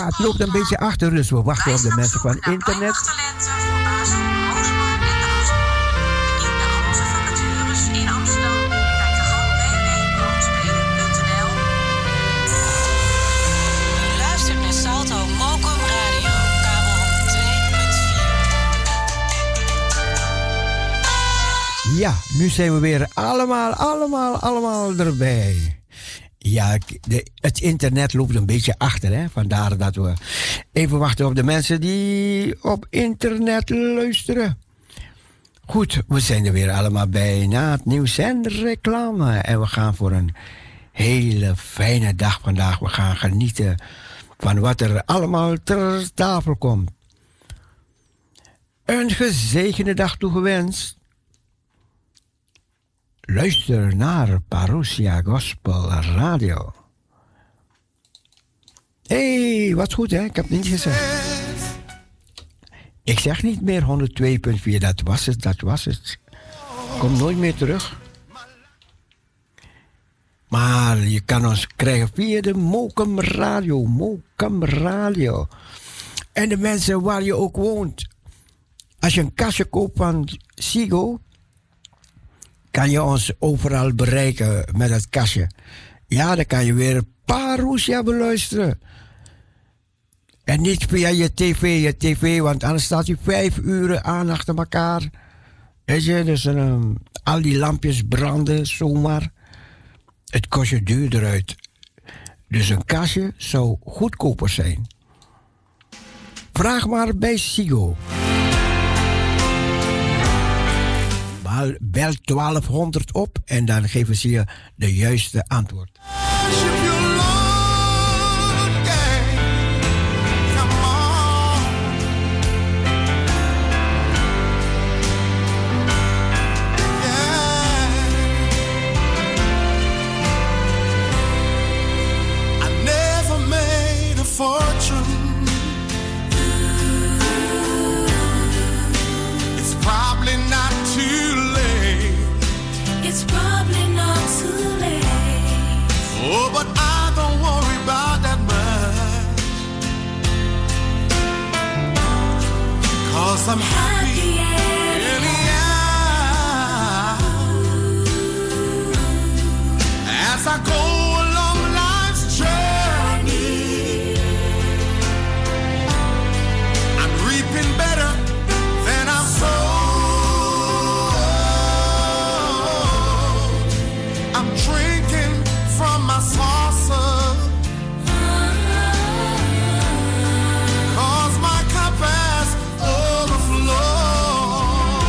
Ja, het loopt een beetje achter, dus we wachten op de mensen van internet. Ja, nu zijn we weer allemaal erbij. Ja, het internet loopt een beetje achter, hè. Vandaar dat we even wachten op de mensen die op internet luisteren. Goed, we zijn er weer allemaal bij na het nieuws en reclame. En we gaan voor een hele fijne dag vandaag. We gaan genieten van wat er allemaal ter tafel komt. Een gezegende dag toegewenst. Luister naar Parousia Gospel Radio. Hé, wat goed hè, ik heb het niet gezegd. Ik zeg niet meer 102.4, dat was het. Kom nooit meer terug. Maar je kan ons krijgen via de Mokum Radio. En de mensen waar je ook woont. Als je een kastje koopt van Sigo, kan je ons overal bereiken met het kastje. Ja, dan kan je weer Parousia beluisteren. En niet via je tv, want anders staat je 5 uren aan achter elkaar. Weet je, dus al die lampjes branden zomaar. Het kost je duurder uit. Dus een kastje zou goedkoper zijn. Vraag maar bij Sigo. Bel 1200 op en dan geven ze je de juiste antwoord. Oh, but I don't worry about that much, 'cause I'm happy anyhow. As I go along life's journey, I'm reaping better than I've sown. I'm drinking from my saucer, 'cause my cup has overflowed.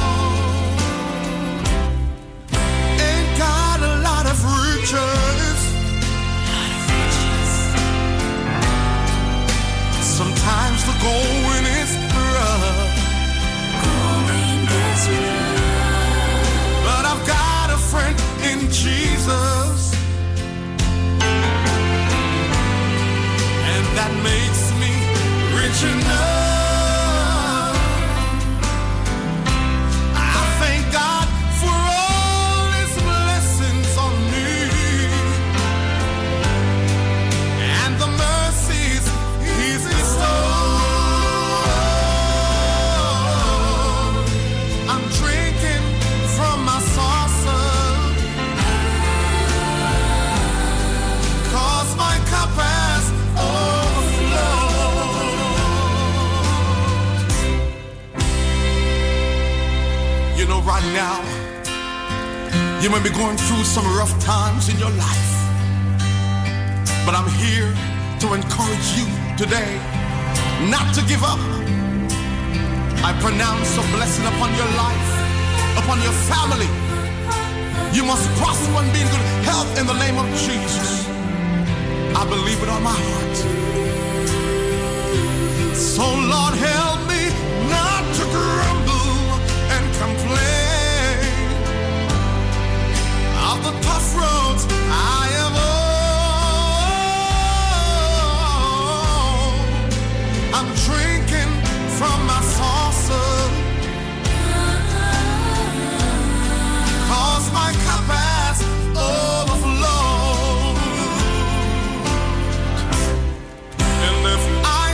Ain't got a lot of riches. Sometimes the going is rough. But I've got a friend in Jesus, that makes me rich enough. I thank God for all His blessings on me and the mercies He's bestowed. I'm drinking from my saucer, 'cause my cup has you know, right now, you may be going through some rough times in your life, but I'm here to encourage you today not to give up. I pronounce a blessing upon your life, upon your family. You must prosper and be in good health in the name of Jesus. I believe it on my heart. So Lord, help me not to grumble and complain of the tough roads I have on. I'm drinking from my saucer, 'cause my cup has overflowed. And if I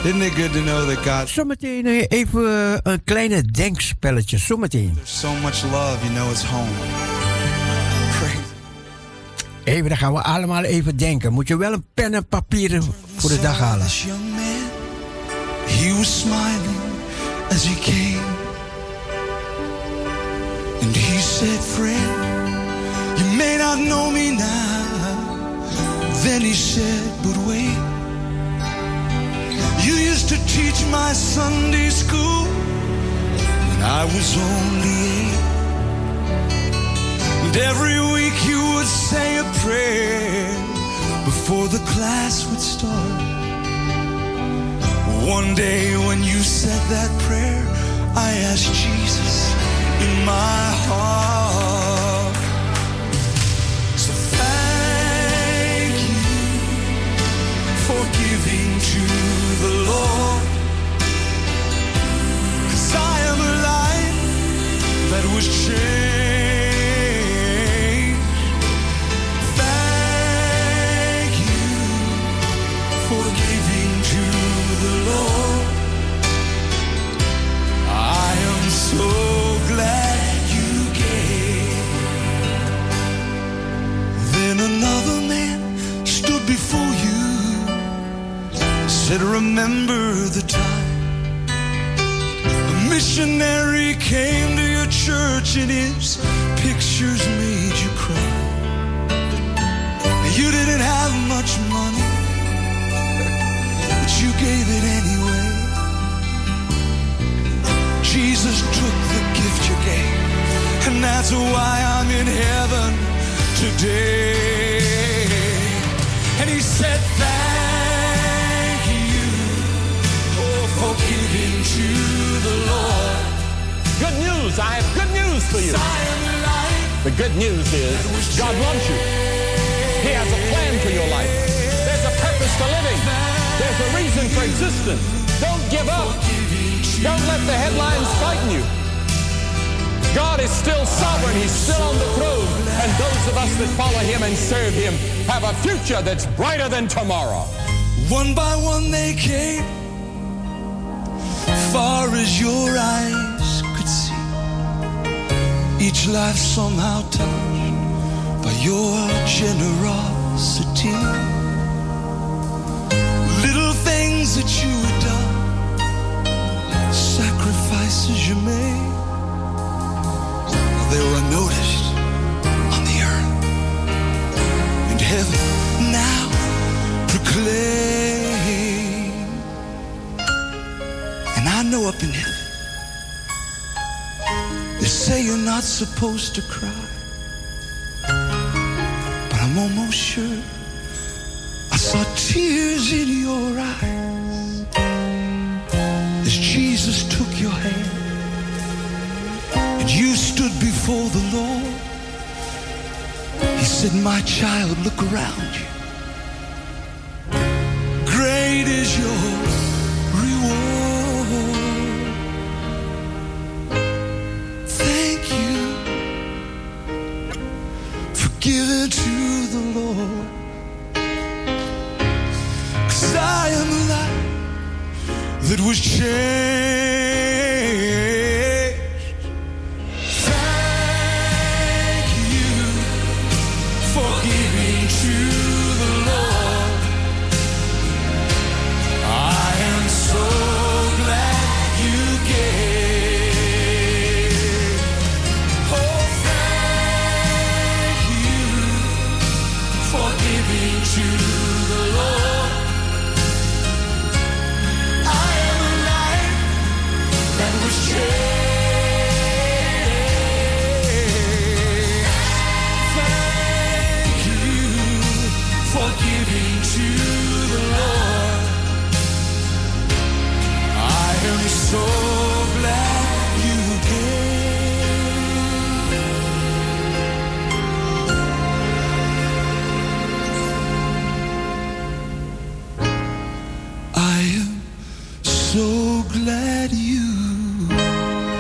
Isn't it good to know that God... Zometeen even een kleine denkspelletje. Zometeen. There's so much love, you know it's home. Praise. Even, dan gaan we allemaal even denken. Moet je wel een pen en papier voor de dag halen. This young man, he was smiling as he came. And he said, friend, you may not know me now. Then he said, but wait. You used to teach my Sunday school when I was only 8. And every week you would say a prayer before the class would start. One day when you said that prayer, I asked Jesus in my heart. So thank you for giving to the Lord, 'cause I am a life that was changed. Thank you for giving to the Lord. I am so glad you gave. Then another man stood before you, said, remember the time a missionary came to your church and his pictures made you cry. You didn't have much money, but you gave it anyway. Jesus took the gift you gave, and that's why I'm in heaven today. And he said, thank you for giving to the Lord. Good news. I have good news for you. The good news is God loves you. He has a plan for your life. There's a purpose to living. There's a reason for existence. Don't give up. Don't let the headlines frighten you. God is still sovereign. He's still on the throne. And those of us that follow him and serve him have a future that's brighter than tomorrow. One by one they came, far as your eyes could see. Each life somehow touched by your generosity. Little things that you had done, sacrifices you made, they were unnoticed on the earth. And heaven now proclaim. And I know up in heaven they say you're not supposed to cry, but I'm almost sure I saw tears in your eyes as Jesus took your hand and you stood before the Lord. He said, my child, look around you. Great is your reward. Thank you for giving to the Lord, 'cause I am a life that was changed. Thank you for giving to the Lord. I am so glad you gave. Oh, thank you for giving to the Lord. I am a life that was changed. Thank you for giving to the Lord. I am so glad you gave. I am so glad you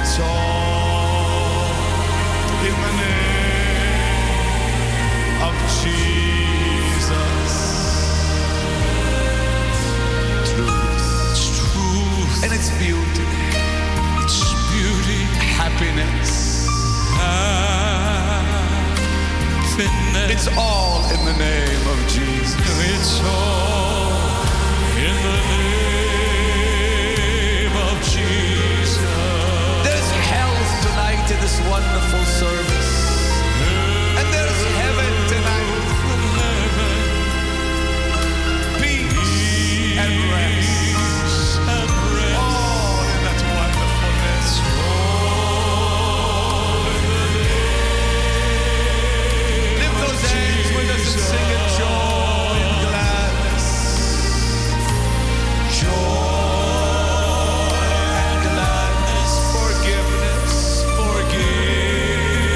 It's all in the name of Jesus. Truth. It's truth. And it's beauty. It's beauty. Happiness. It's all in the name of Jesus. It's all in the name of Jesus. There's health tonight in this wonderful service. And there's heaven tonight. Peace and rest. All in that wonderfulness. With us and sing it, joy and gladness. Joy and gladness. Forgiveness. Forgiveness.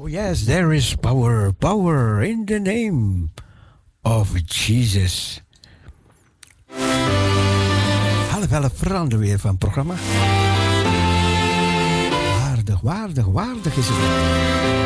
Oh yes, there is power, power in the name of Jesus. 11:30 veranderen weer van het programma. Waardig, waardig, waardig is het.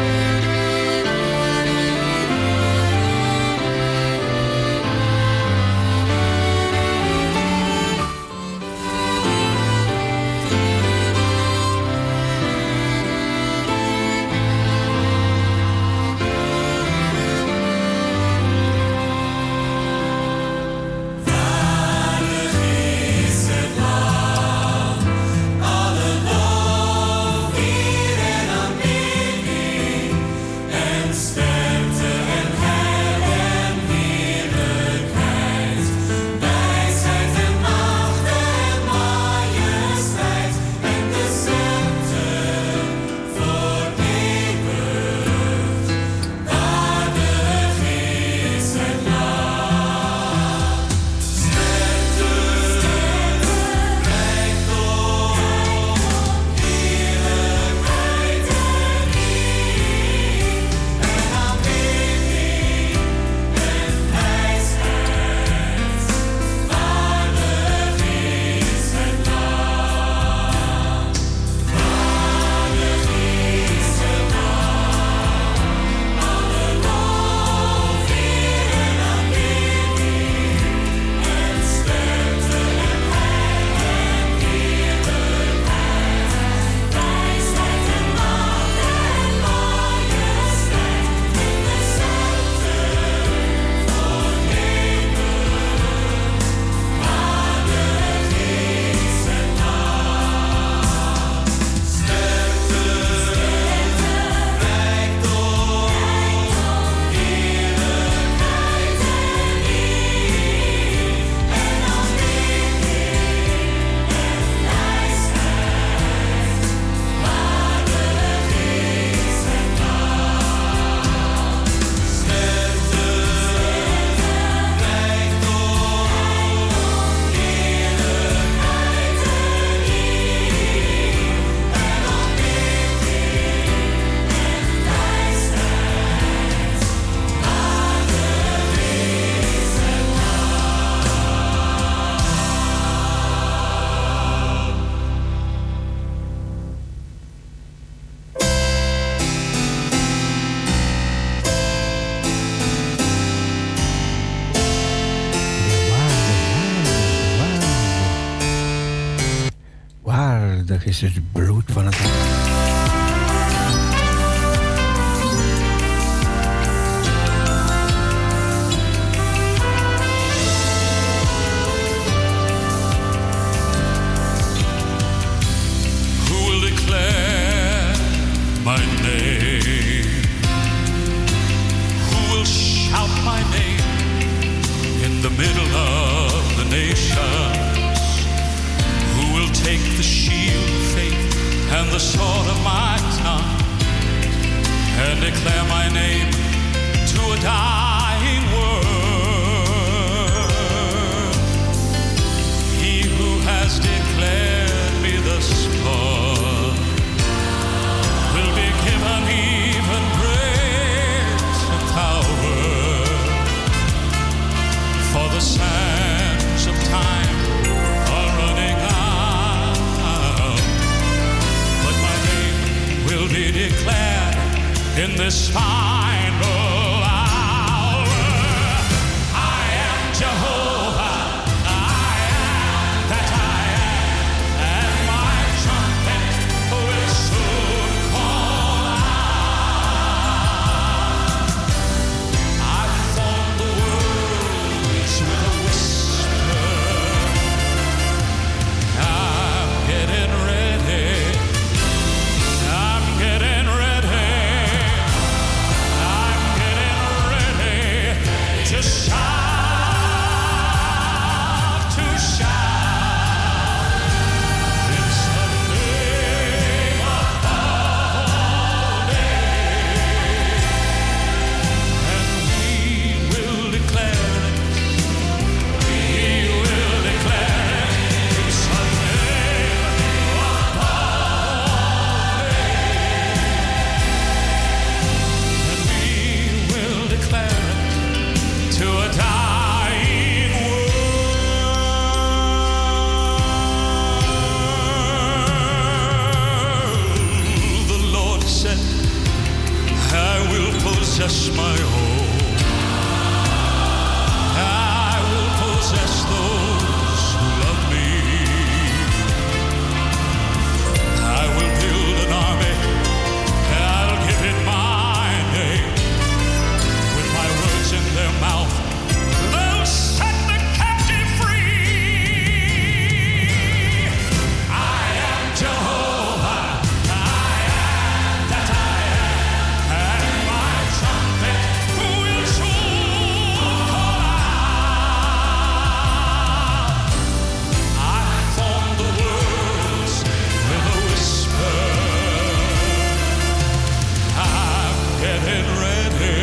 Is het bloed van het hart. Who will declare my name? Who will shout my name in the middle of the nations? Who will take the shield and the sword of my tongue, and declare my name to a dying world? He who has declared me the spot will be given even greater power, for the sands of time are running out. Will be declared in this final hour. I am Jehovah, I am that I am, and my trumpet will soon call out. I form the words with a whisper. I'm getting ready. possess my home. I will possess those who love me. I will build an army. I'll give it my name. With my words in their mouth, they'll set the captive free. I am Jehovah. I am that I am. And my trumpet will soon call out. I form the words with a whisper. I'm getting ready.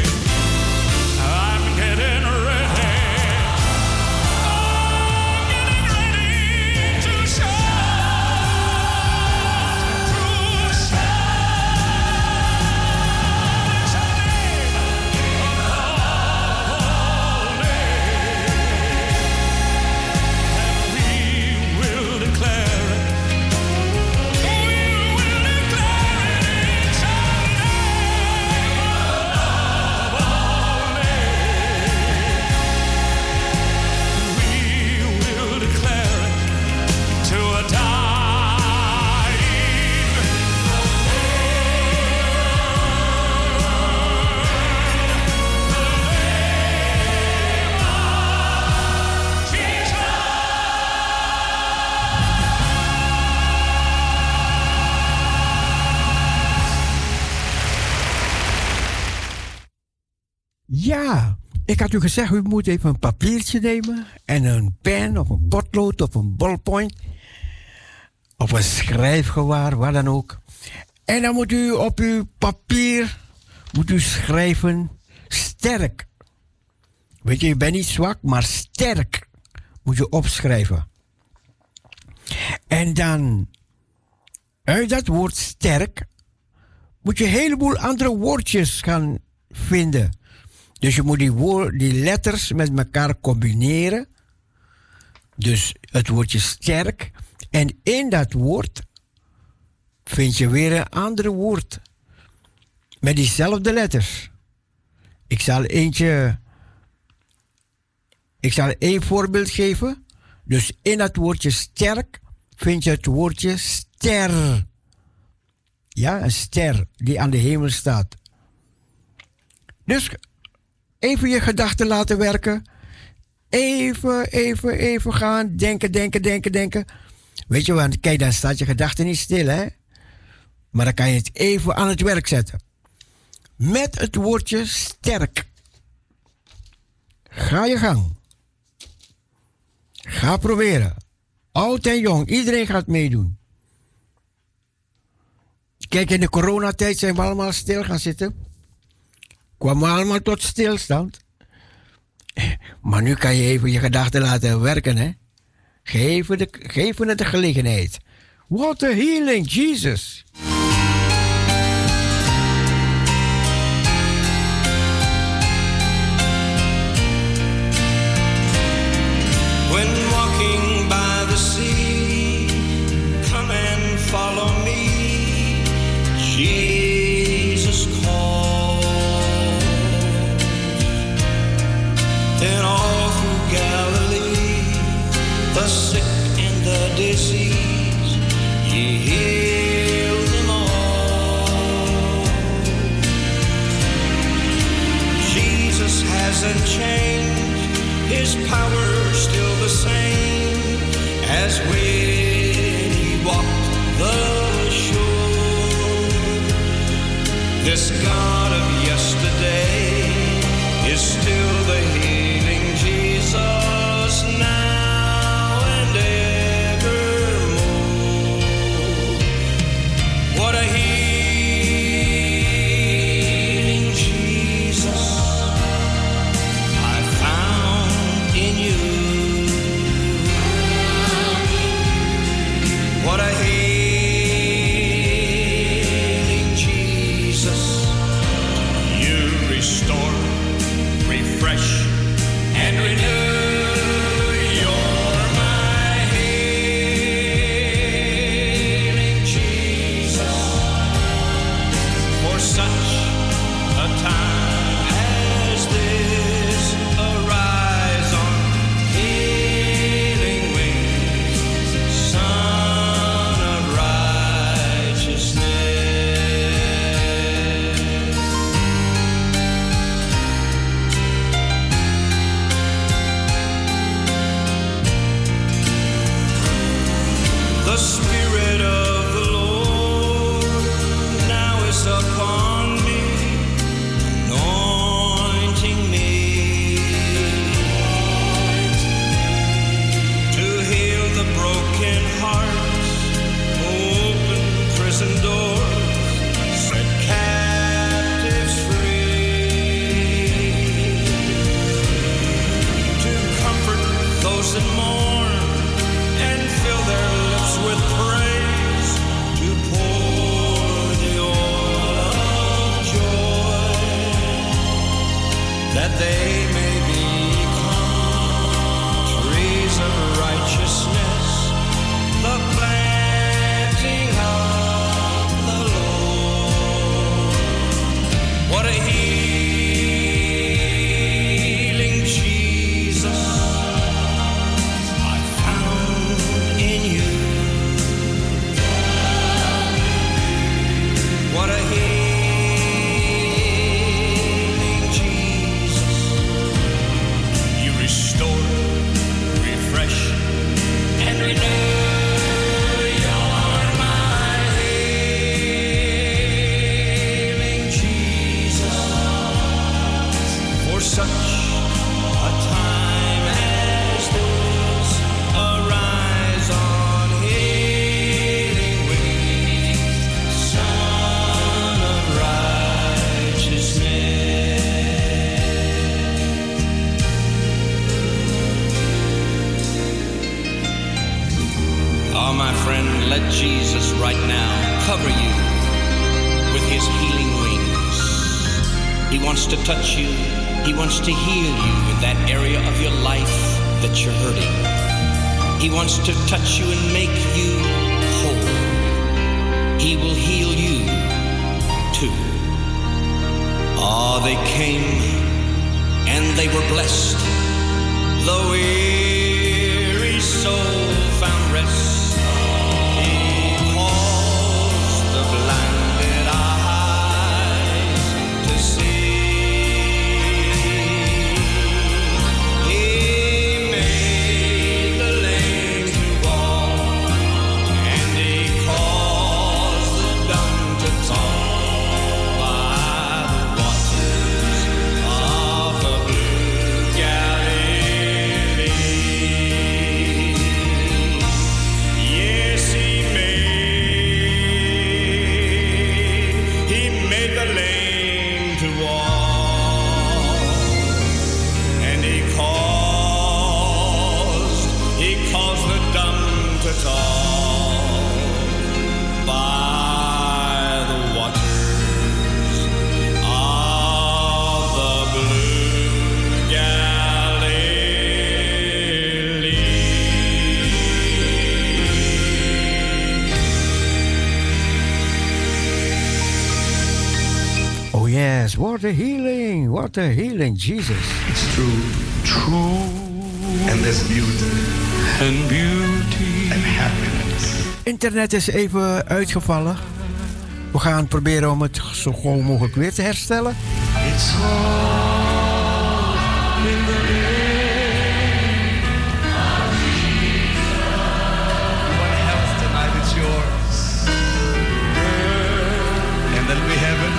I'm getting ready. I'm getting ready to shout, to shout. It's the name above all names. And we will declare it. We will declare it. It's the name above all names. We will declare it to a dying Ja, ik had u gezegd, u moet even een papiertje nemen en een pen of een potlood of een ballpoint of een schrijfgewaar, waar dan ook. En dan moet u op uw papier schrijven sterk. Weet je, je bent niet zwak, maar sterk moet je opschrijven. En dan uit dat woord sterk moet je een heleboel andere woordjes gaan vinden. Dus je moet die letters met elkaar combineren. Dus het woordje sterk. En in dat woord vind je weer een ander woord. Met diezelfde letters. Ik zal één voorbeeld geven. Dus in dat woordje sterk vind je het woordje ster. Ja, een ster die aan de hemel staat. Dus even je gedachten laten werken. Even gaan denken. Weet je, want kijk, dan staat je gedachten niet stil, hè? Maar dan kan je het even aan het werk zetten. Met het woordje sterk. Ga je gang. Ga proberen. Oud en jong, iedereen gaat meedoen. Kijk, in de coronatijd zijn we allemaal stil gaan zitten. Kwamen allemaal tot stilstand. Maar nu kan je even je gedachten laten werken, hè. Geef het de gelegenheid. What a healing, Jesus. When walking by the sea, come and follow me. Jesus calls. And all through Galilee, the sick and the disease, He healed them all. Jesus hasn't changed, His power still the same as when He walked the shore. This God of yesterday is still the healing Jesus now and evermore. What a healing Jesus I found in you. What a healing Jesus. You restore, refresh, and renew. You're my healing Jesus. For such a time his healing wings. He wants to touch you. He wants to heal you in that area of your life that you're hurting. He wants to touch you and make you whole. He will heal you too. Ah, they came and they were blessed. The weary soul found rest. He caused the blinded eyes to see. He made the lame to walk, and he caused the dumb to talk by the waters of the blue Galilee. Yes, he made the lame to walk, and he caused the dumb to talk by the waters of the blue Galilee. Oh yes, what a healing, Jesus. It's true. And there's beauty. And beauty. And happiness. Internet is even uitgevallen. We gaan proberen om het zo gauw mogelijk weer te herstellen. It's all in the name of Jesus. What health tonight is yours. And there'll be heaven.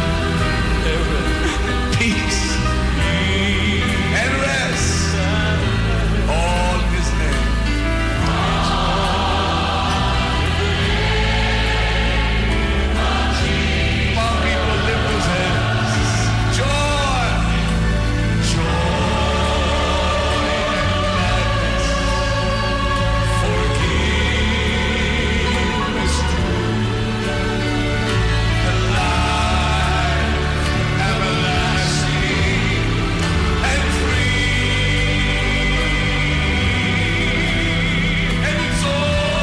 Peace. And rest. All in his name. Come on, people, lift those hands. Joy. And gladness. Forgiveness true. The life everlasting and free. And it's all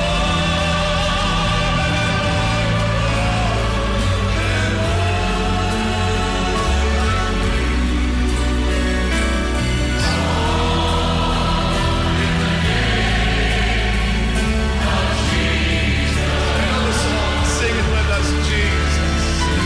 another song. Sing it with us, Jesus.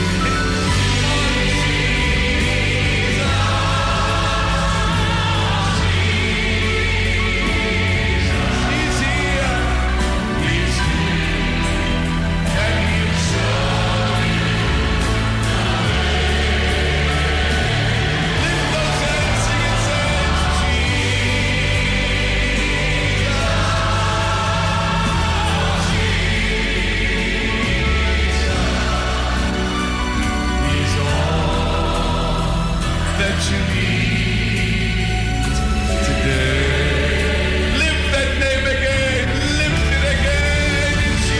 He's here. He's here. And he'll show you the way. Lift those hands, sing it, say, He's all that you need today. Lift that name again. Lift it again.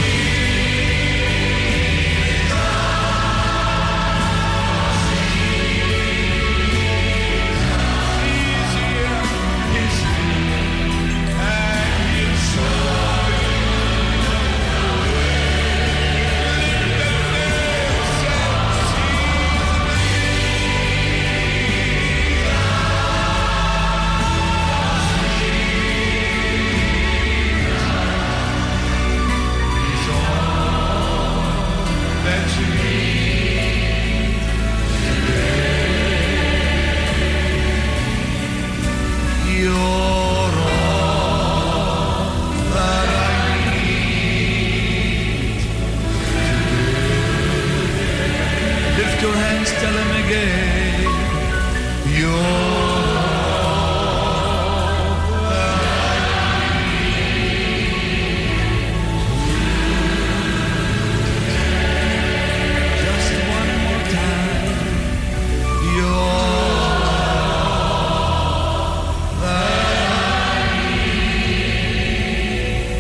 He's here. He's here. And he'll show you the way. Lift that name. Say, He's all that you need today. You're all that I need today. Lift your hands, tell him again. You're all that I just one more time. You're all that I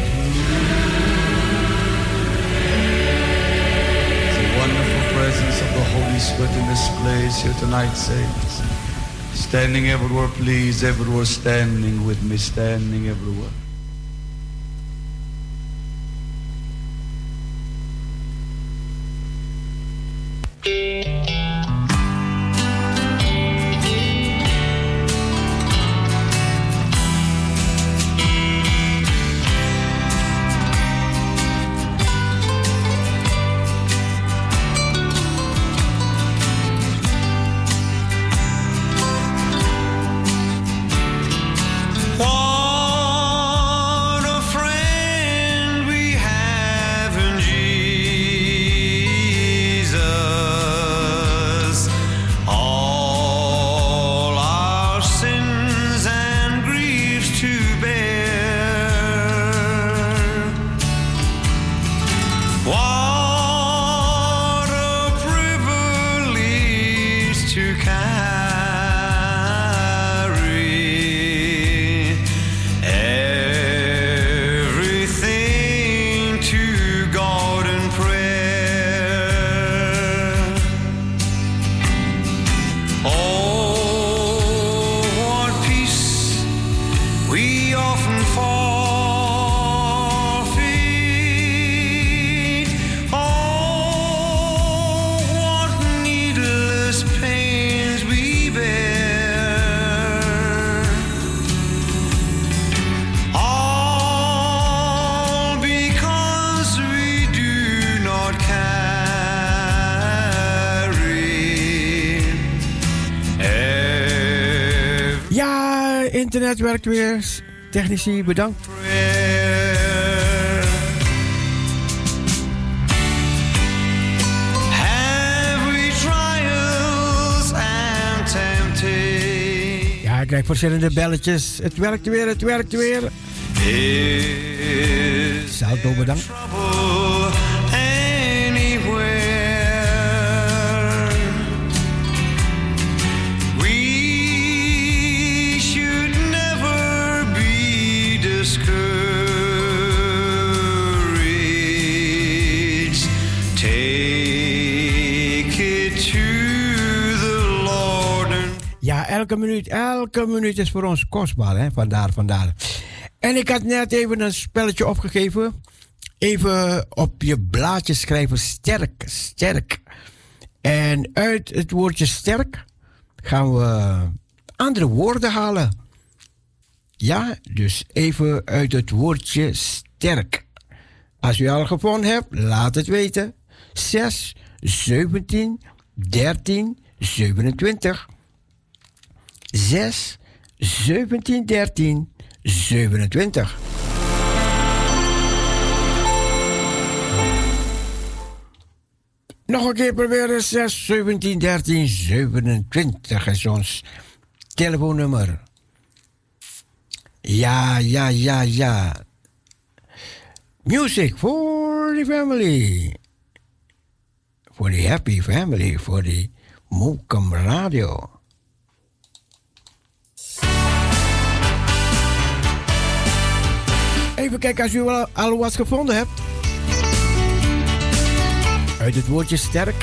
need. It's a wonderful presence of the the Holy Spirit in this place here tonight, saints. Standing everywhere, please, everywhere, standing with me, standing everywhere. Internet werkt weer. Technici, bedankt. Ja, ik krijg verschillende belletjes. Het werkt weer, het werkt weer. Salto, bedankt. Elke minuut is voor ons kostbaar, hè? Vandaar. En ik had net even een spelletje opgegeven. Even op je blaadje schrijven sterk. En uit het woordje sterk gaan we andere woorden halen. Ja, dus even uit het woordje sterk. Als u al gevonden hebt, laat het weten. 6, 17, 13, 27. 6, 17, 13, 27. Nog een keer proberen. 6, 17, 13, 27 is ons telefoonnummer. Ja. Music for the family. For the happy family. For the Mokum Radio. Even kijken als u al wat gevonden hebt. Uit het woordje sterk.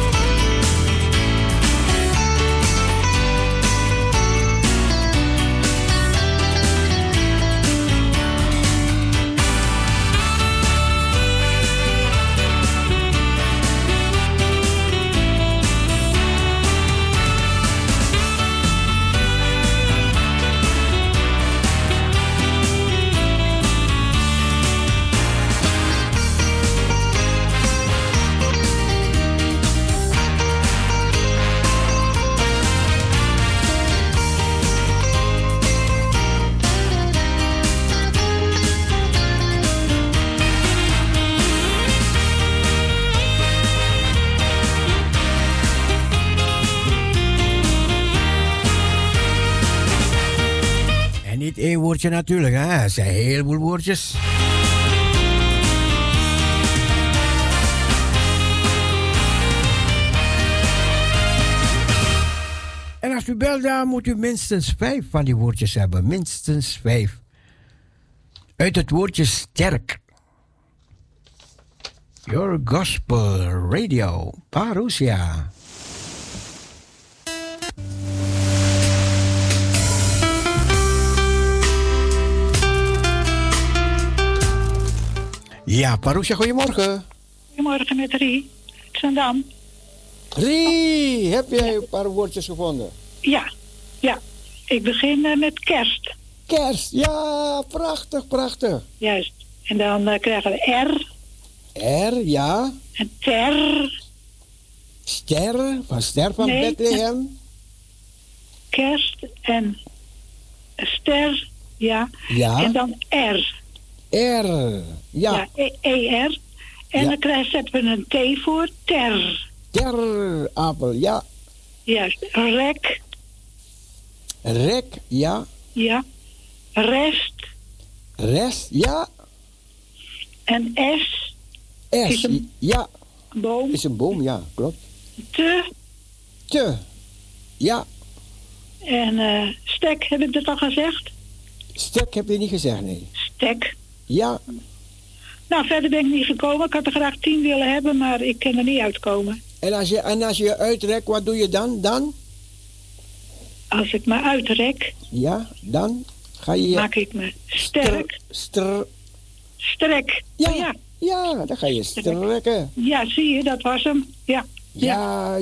Eén woordje natuurlijk, hè? Er zijn een heleboel woordjes. En als u belt, dan moet u minstens 5 van die woordjes hebben. Minstens 5. Uit het woordje sterk. Your Gospel Radio, Parousia. Ja, Parousia, goedemorgen. Goedemorgen met Rie, Zandam. Rie, heb jij een paar woordjes gevonden? Ja. Ik begin met kerst. Kerst, ja, prachtig, prachtig. Juist. En dan krijgen we R. R, ja. En ter. Ster, van Ster van Bethlehem. Kerst en ster, ja. Ja. En dan R. R, ja. ER. En dan zetten we een T voor, ter. Ter, apel, ja. Juist. Rek. Rek, ja. Ja. Rest. Rest, ja. En S. S, Is een ja. boom. Is een boom, ja, klopt. Te. Ja. En stek, heb ik dat al gezegd? Stek heb je niet gezegd, nee. Stek. Ja. Nou, verder ben ik niet gekomen. Ik had er graag 10 willen hebben, maar ik kan er niet uitkomen. En als je uitrekt, wat doe je dan? Als ik me uitrek, Ja, dan ga je... maak ik me sterk. Strek. Ja, Oh, ja. Ja, dan ga je strekken. Ja, zie je, dat was hem. Ja. Ja.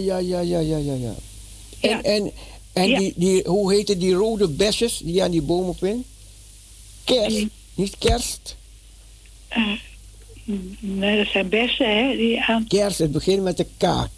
Ja. En Ja. die, hoe heette die rode besjes die je aan die bomen vindt? Kerst, niet kerst. Nee, dat zijn bessen, hè? Die aan Kerst, het begint met de K.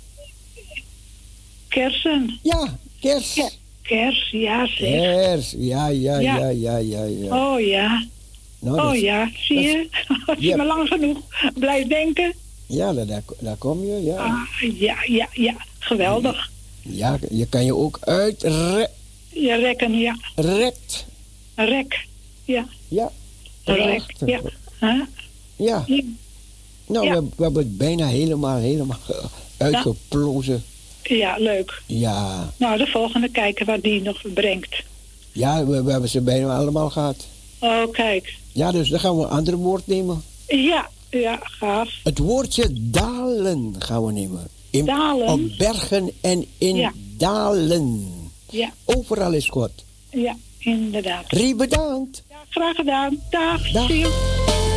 kersen. Ja, kers. Ja. Kers, ja, zeg. Kers, ja. Oh ja. Nou, Zie je? Als je maar lang genoeg blijft denken. Ja, daar kom je, ja. Ja. Geweldig. Ja, je kan je ook Ja, rekken, ja. Rekt. Rek, ja. Ja. Rek, ja. Huh? Ja. Nou, Ja. we hebben het bijna helemaal uitgeplozen. Ja, leuk. Ja. Nou, de volgende kijken wat die nog brengt. Ja, we hebben ze bijna allemaal gehad. Oh, kijk. Ja, dus dan gaan we een ander woord nemen. Ja, gaaf. Het woordje dalen gaan we nemen. Dalen? Op bergen en in dalen. Ja. Overal is God. Ja, inderdaad. Rie, bedankt. Ja, graag gedaan. Dag. Zie je.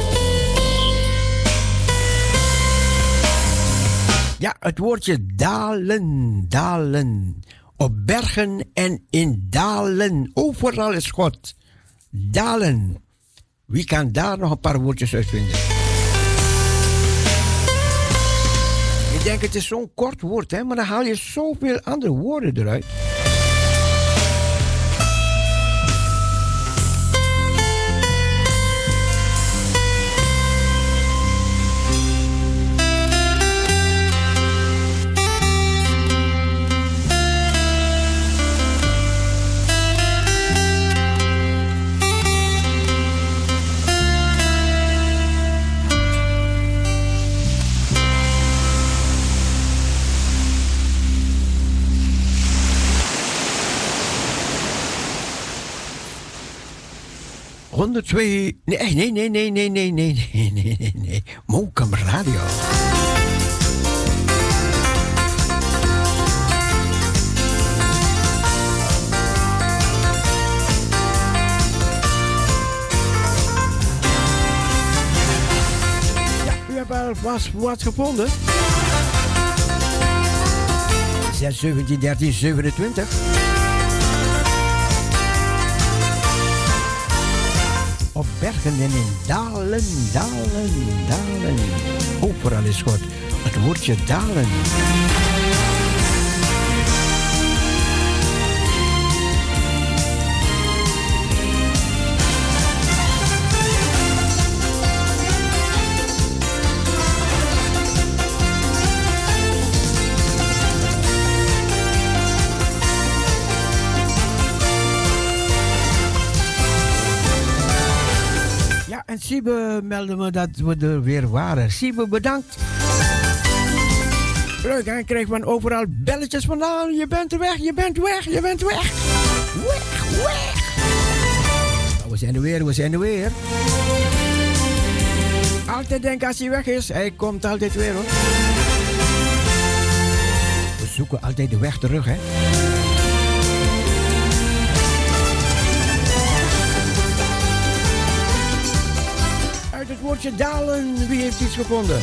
Ja, het woordje dalen. Op bergen en in dalen. Overal is God. Dalen. Wie kan daar nog een paar woordjes uitvinden? Ik denk het is zo'n kort woord, hè, maar dan haal je zoveel andere woorden eruit. Nee. Mokum Radio. Ja, u hebt al wat gevonden. 6, 17, 13, 27. Op bergen en in dalen. Overal is God. Het woordje dalen. En Siebe meldde me dat we er weer waren. Siebe, bedankt. Leuk, hè? Ik kreeg van overal belletjes vandaan. Je bent weg. Weg. Nou, we zijn er weer. altijd denken als hij weg is, hij komt altijd weer hoor. We zoeken altijd de weg terug, hè. Uit het woordje dalen, wie heeft iets gevonden?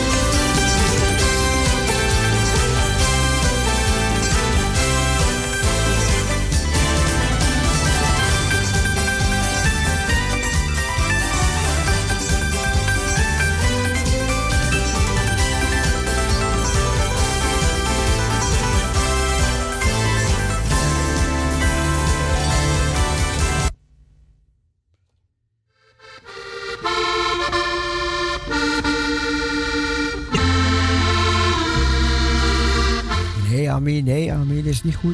Nee, Ami, dat is niet goed.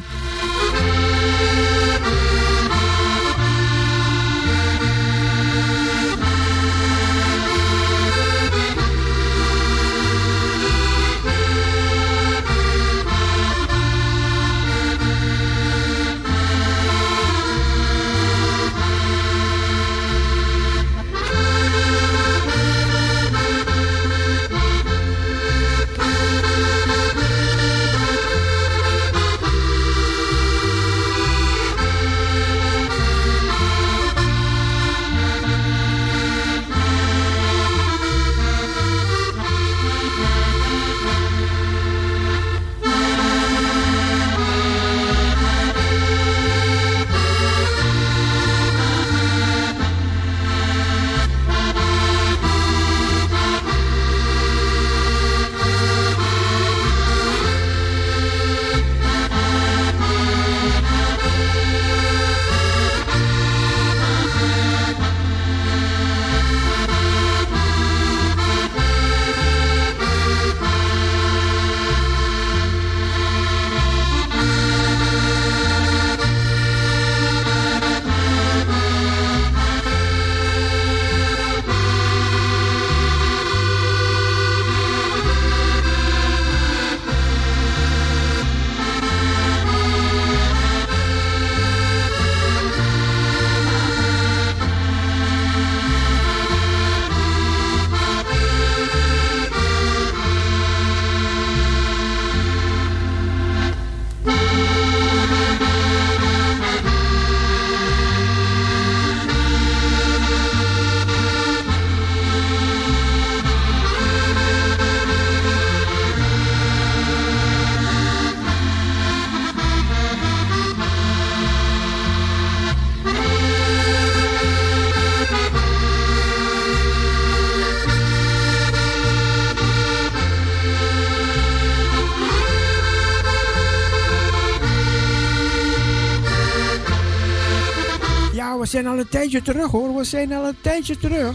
We zijn al een tijdje terug hoor, we zijn al een tijdje terug.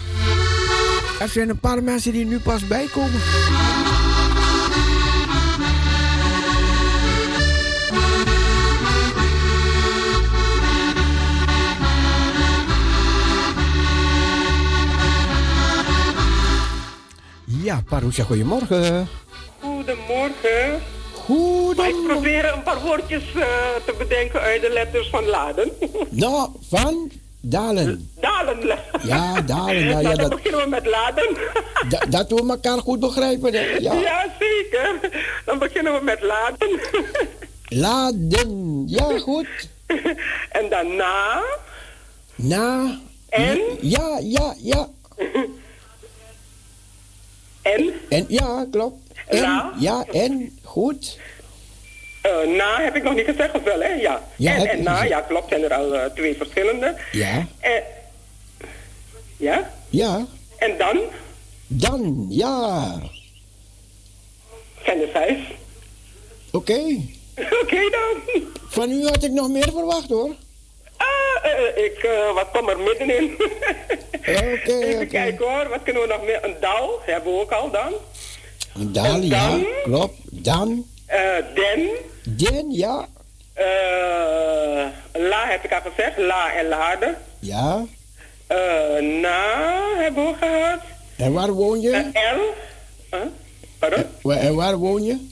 Er zijn een paar mensen die nu pas bijkomen. Ja, Parousia, goedemorgen. Goedemorgen. Goedemorgen. Ik probeer een paar woordjes te bedenken uit de letters van Laden. Nou, van Dalen. Dalen. Ja, Dalen. Nou, ja, dan beginnen we met Laden. Dat we elkaar goed begrijpen. Hè? Ja. Ja, zeker. Dan beginnen we met Laden. Laden, ja, goed. En dan na. Na. En? Ja. En, ja, klopt. En, la. Ja, en, goed. Na heb ik nog niet gezegd, of wel, hè? Ja. En na, ja, klopt, zijn er al 2 verschillende. Ja. Ja? Ja. En dan? Dan, ja. Zijn er 5. Oké. Oké dan. Van u had ik nog meer verwacht, hoor. Wat kwam er middenin? Oké. Even kijken hoor, wat kunnen we nog meer? Een dal, hebben we ook al dan. Een dal, ja, klopt. Dan. Den, ja. La heb ik al gezegd, la en lade. Ja. Na hebben we gehad. En waar woon je? L. Pardon? En waar woon je?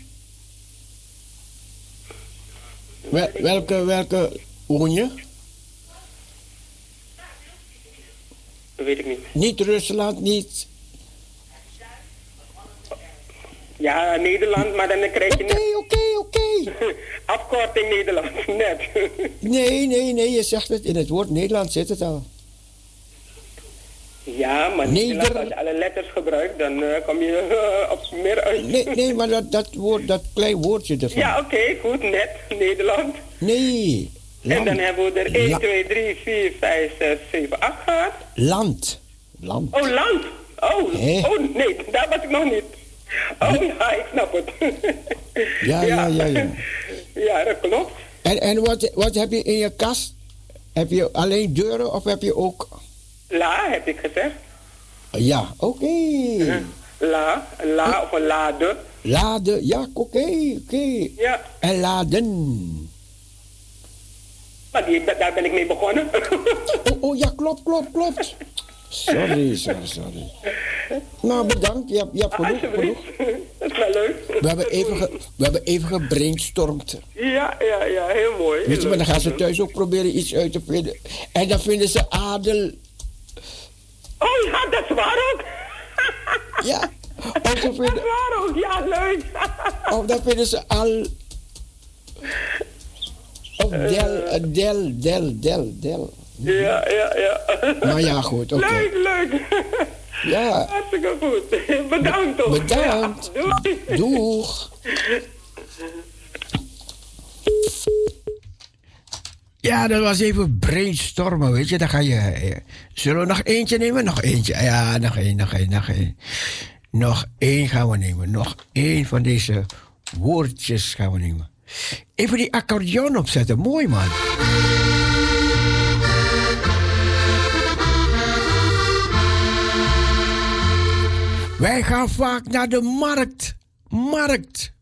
Welke woon je? Dat weet ik niet. Niet Rusland, niet... Ja, Nederland, maar dan krijg je Oké. afkorting Nederland, net. Nee, je zegt het. In het woord Nederland zit het al. Ja, maar als je alle letters gebruikt, dan kom je op meer uit. Nee, maar dat klein woordje ervan. Ja, oké, goed, net, Nederland. Nee. Land. En dan hebben we er 1, 2, 3, 4, 5, 6, 7, 8 gehad. Land. Oh, land. Oh, nee, daar was ik nog niet. Oh ja, ik snap het. Ja. Ja, dat klopt. En wat heb je in je kast? Heb je alleen deuren of heb je ook... La, heb ik gezegd. Ja, oké. La of een lade. Lade, ja, oké. Ja. En laden. Maar daar ben ik mee begonnen. Oh ja, klopt. Sorry. Nou, bedankt. Je hebt genoeg. Dat is wel leuk. We hebben even gebrainstormd. Ja, heel mooi. Weet je, maar dan gaan ze thuis ook proberen iets uit te vinden. En dan vinden ze adel. Oh ja, dat is waar ook. Ja. Dat is waar ook, ja, leuk. Of dan vinden ze al. Of del. Ja. Maar ja, goed, oké. Leuk. Ja. Hartstikke goed. Bedankt toch. Bedankt. Ja, Doeg. Ja, dat was even brainstormen, weet je. Dan ga je... Zullen we nog eentje nemen? Nog eentje. Ja, nog één. Nog één gaan we nemen. Nog één van deze woordjes gaan we nemen. Even die accordeon opzetten. Mooi, man. Wij gaan vaak naar de markt.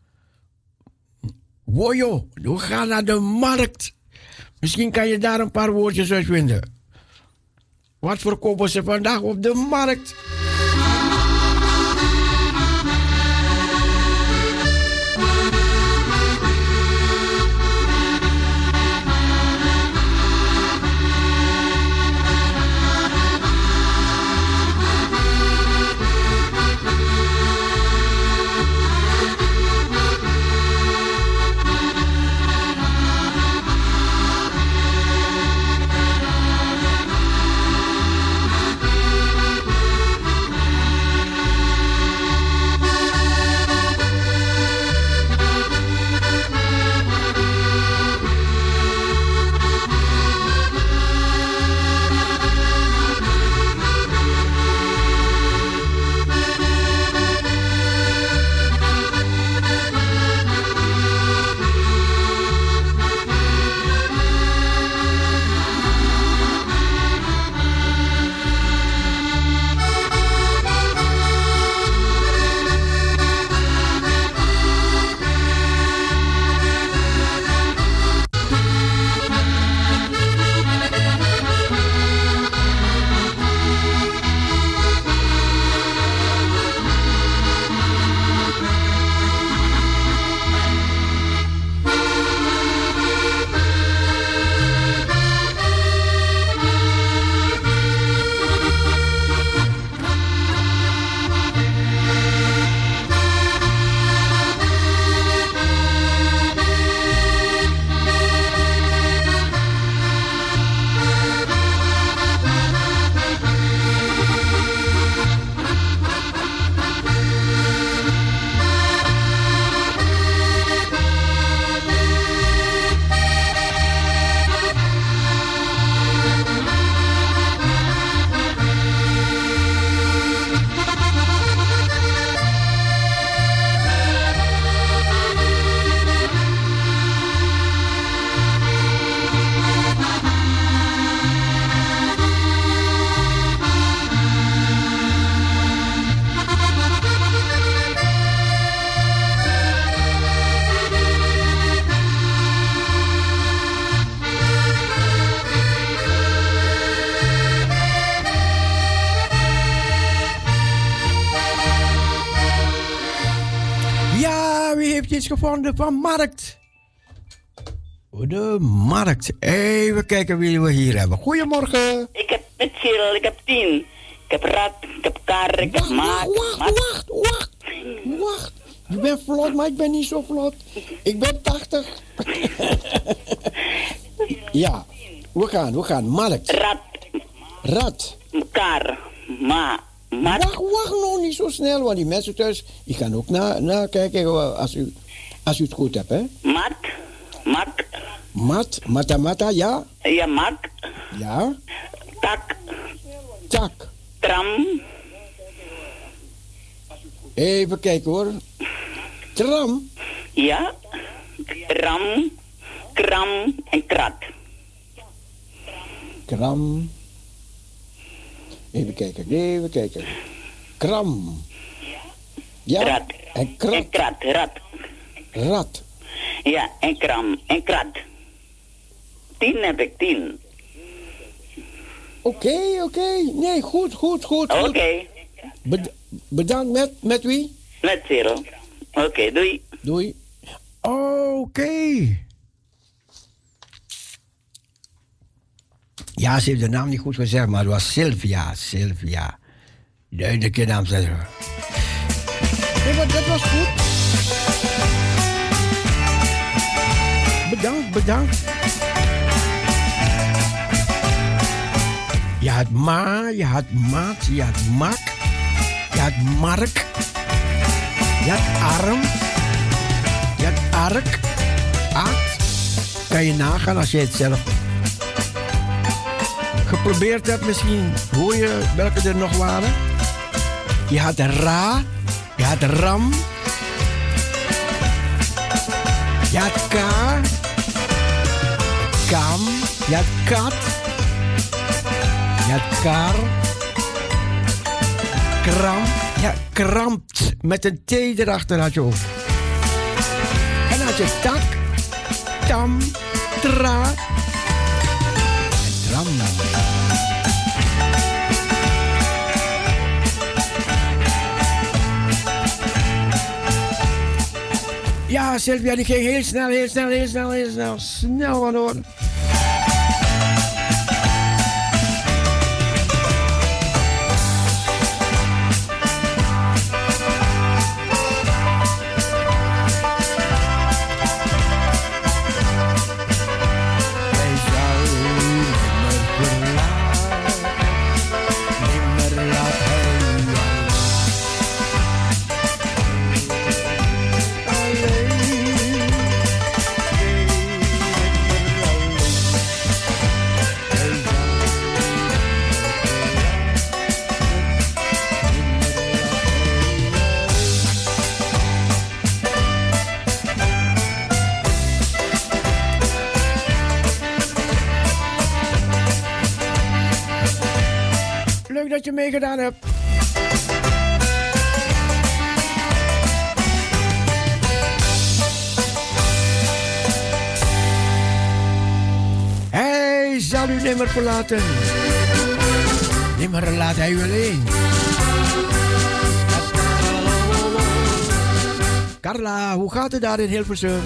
Wojo, we gaan naar de markt. Misschien kan je daar een paar woordjes uit vinden. Wat verkopen ze vandaag op de markt? Gevonden van markt. De markt. Even kijken wie we hier hebben. Goedemorgen. Ik heb met Cyril, ik heb 10. heb rat, ik heb kar, ik heb maat. Wacht. Je bent vlot, maar ik ben niet zo vlot. Ik ben 80. Ja, we gaan. Markt. Rat. Kar, mat. Wacht nog niet zo snel, want die mensen thuis, die gaan ook naar kijken als u het goed hebt, hè? Mata, ja? Ja, mak. Ja? Tak. Tram. Even kijken hoor. Tram? Ja. Ram, kram en krat. Kram. Even kijken. Kram. Ja. Rat. En krat. En krat, Rat. Ja, en kram en krat. 10 heb ik, 10. Oké. Nee, goed. Oké. Bedankt met wie? Met Zero. Oké, doei. Oké. Ja, ze heeft de naam niet goed gezegd, maar het was Sylvia. Duidelijke naam, zei ze. Nee, maar dat was goed. Bedankt. Je had je had maat, je had mak, je had mark, je had arm, je had ark, aard. Kan je nagaan als je het zelf geprobeerd hebt misschien. Hoor je welke er nog waren? Je had ra, je had ram, je had ka, kam, je had kat, je had kar, kram, ja, krampt met een T erachter had je ook. En dan had je tak, tam, tra en tram. Ja, Sylvia, die ging heel snel. Snel aan hoor. Dat je meegedaan hebt. Hij zal u nimmer verlaten. Nimmer laat hij u alleen. Carla, hoe gaat het daar in Hilversum?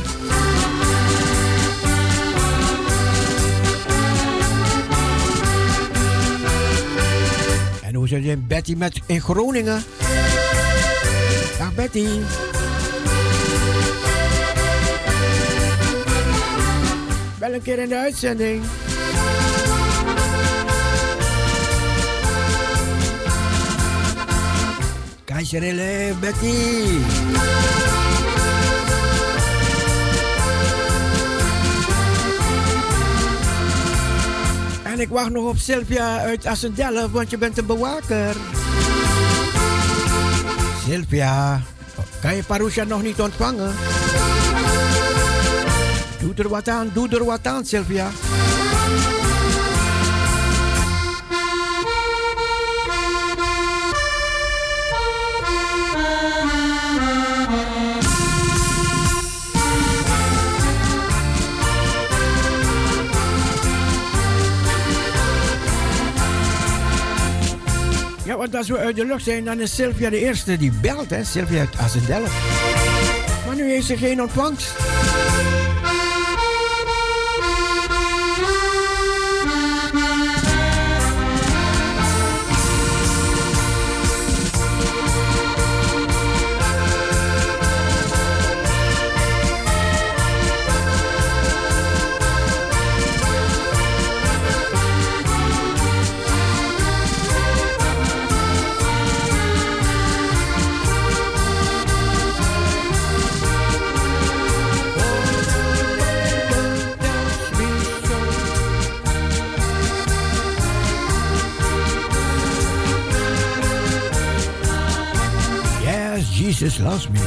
Hoe zit het Betty in Groningen? Dag Betty. Wel een keer in de uitzending. Keizerile Betty. En ik wacht nog op Sylvia uit Assendelft, want je bent een bewaker. Sylvia, kan je Parusha nog niet ontvangen? Doe er wat aan, Sylvia. Ja, want als we uit de lucht zijn, dan is Sylvia de eerste die belt, hè? Sylvia uit Assendelft. Maar nu heeft ze geen ontvangst. Jesus loves me.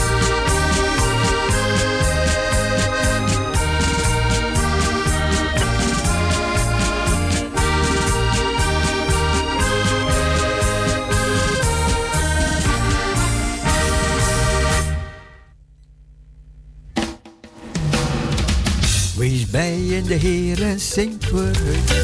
Wees bij in de Heer en zing vooruit.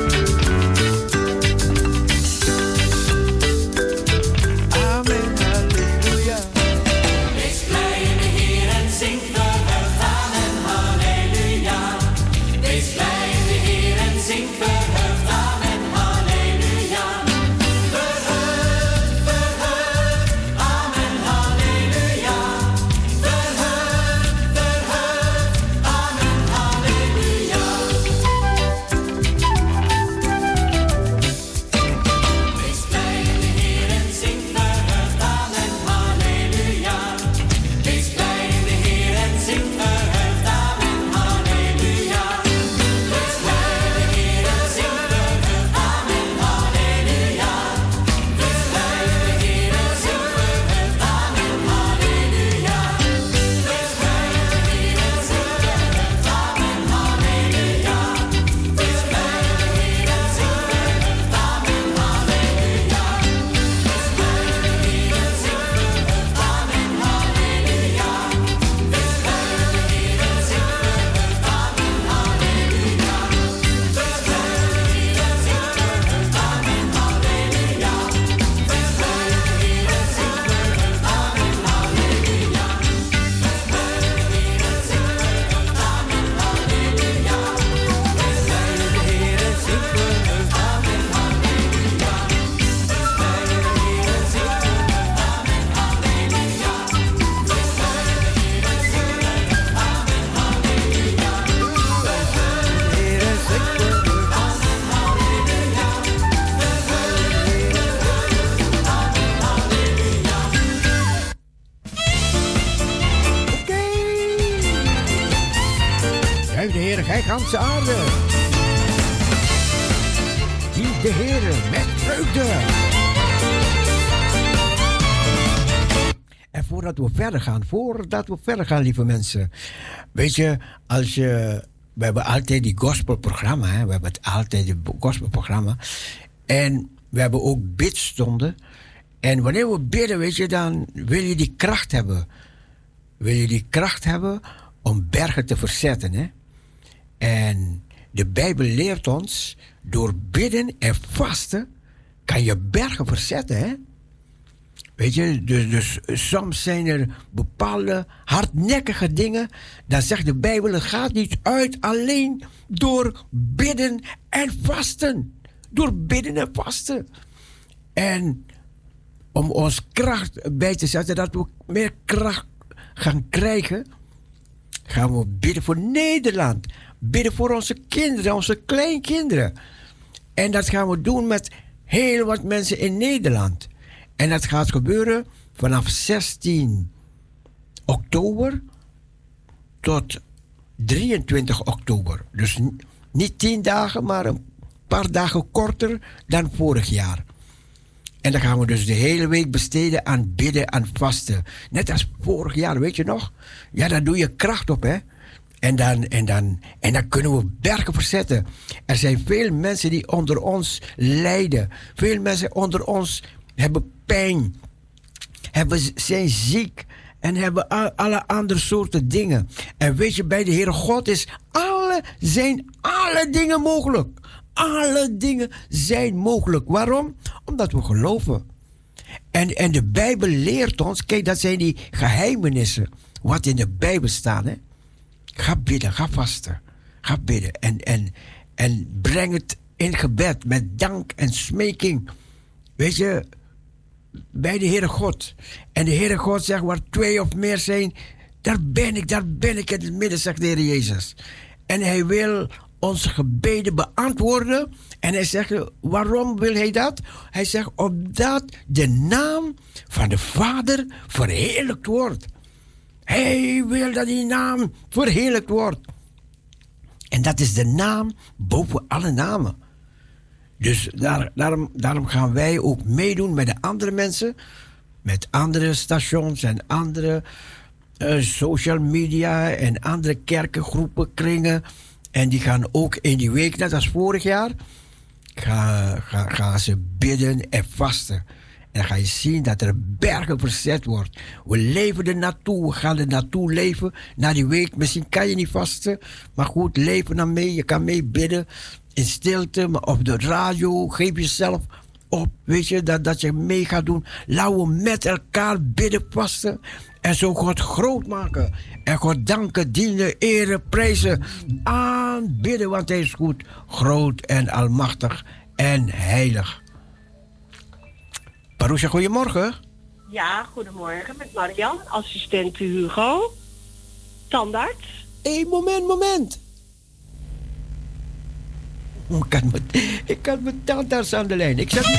Ganse aarde. Dient de Heere met vreugde. En voordat we verder gaan, lieve mensen. Weet je, we hebben altijd die gospelprogramma. Hè? We hebben altijd het gospelprogramma. En we hebben ook bidstonden. En wanneer we bidden, weet je, dan wil je die kracht hebben. Wil je die kracht hebben om bergen te verzetten, hè? En de Bijbel leert ons, door bidden en vasten kan je bergen verzetten, hè? Weet je, dus soms zijn er bepaalde hardnekkige dingen. Dan zegt de Bijbel, het gaat niet uit alleen door bidden en vasten. Door bidden en vasten. En om ons kracht bij te zetten, dat we meer kracht gaan krijgen, gaan we bidden voor Nederland. Bidden voor onze kinderen, onze kleinkinderen. En dat gaan we doen met heel wat mensen in Nederland. En dat gaat gebeuren vanaf 16 oktober tot 23 oktober. Dus niet 10 dagen, maar een paar dagen korter dan vorig jaar. En dan gaan we dus de hele week besteden aan bidden en vasten. Net als vorig jaar, weet je nog? Ja, daar doe je kracht op, hè? En dan kunnen we bergen verzetten. Er zijn veel mensen die onder ons lijden. Veel mensen onder ons hebben pijn. Zijn ziek. En hebben alle andere soorten dingen. En weet je, bij de Heere God zijn alle dingen mogelijk. Alle dingen zijn mogelijk. Waarom? Omdat we geloven. En de Bijbel leert ons, kijk, dat zijn die geheimenissen. Wat in de Bijbel staan, hè. Ga bidden, ga vasten. Ga bidden. En breng het in gebed met dank en smeking. Weet je, bij de Heere God. En de Heere God zegt, waar 2 of meer zijn, daar ben ik in het midden, zegt de Heer Jezus. En hij wil onze gebeden beantwoorden. En hij zegt, waarom wil hij dat? Hij zegt, opdat de naam van de Vader verheerlijkt wordt. Hij wil dat die naam verheerlijkt wordt. En dat is de naam boven alle namen. Dus daarom gaan wij ook meedoen met de andere mensen. met andere stations en andere social media en andere kerkengroepen, kringen. En die gaan ook in die week, net als vorig jaar, gaan ze bidden en vasten. En dan ga je zien dat er bergen verzet wordt. We leven er naartoe. We gaan er naartoe leven. Na die week, misschien kan je niet vasten. Maar goed, leven dan mee. Je kan mee bidden in stilte. Maar op de radio, geef jezelf op. Weet je, dat je mee gaat doen. Laten we met elkaar bidden, vasten. En zo God groot maken. En God danken, dienen, eren, prijzen. Aanbidden, want hij is goed, groot en almachtig en heilig. Parousia, goedemorgen. Ja, goedemorgen met Marian, assistent Hugo. Tandarts. Moment. Ik had mijn tandarts aan de lijn. Ik zet...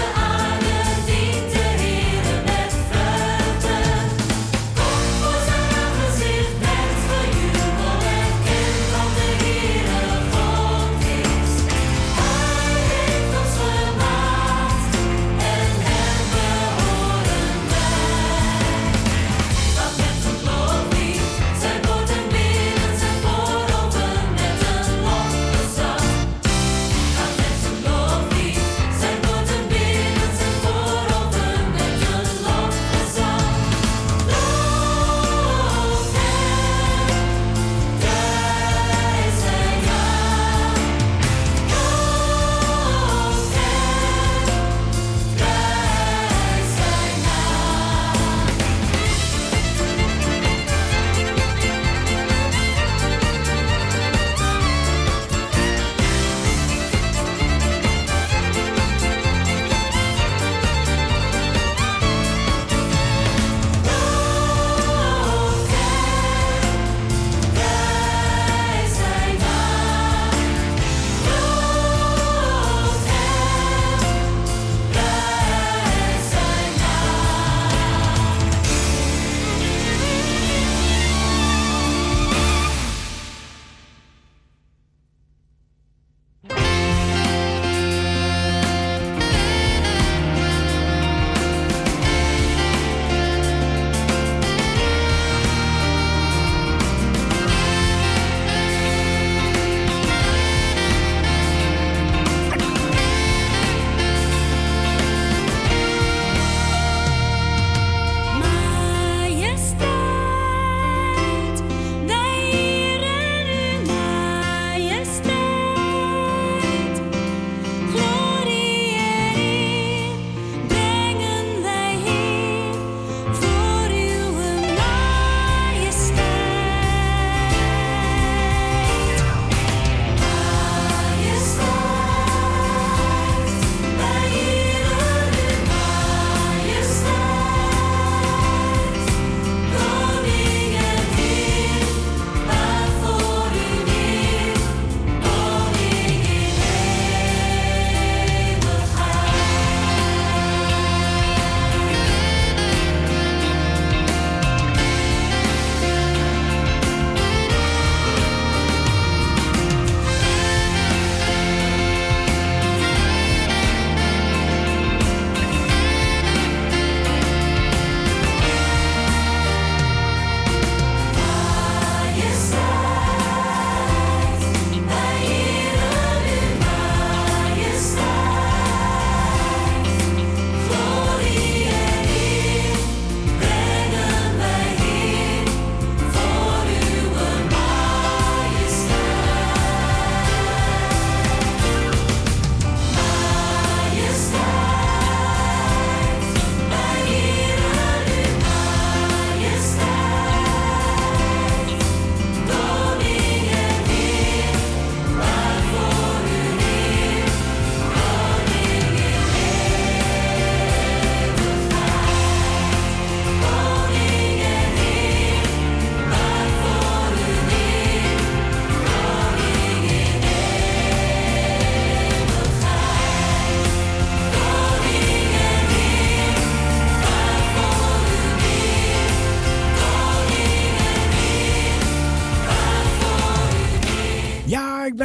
Voor zijn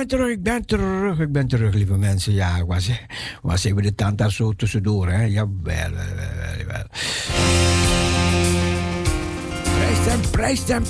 ben terug, lieve mensen. Ja, ik was even de tand daar zo tussendoor, hè. Jawel. Prijs hem.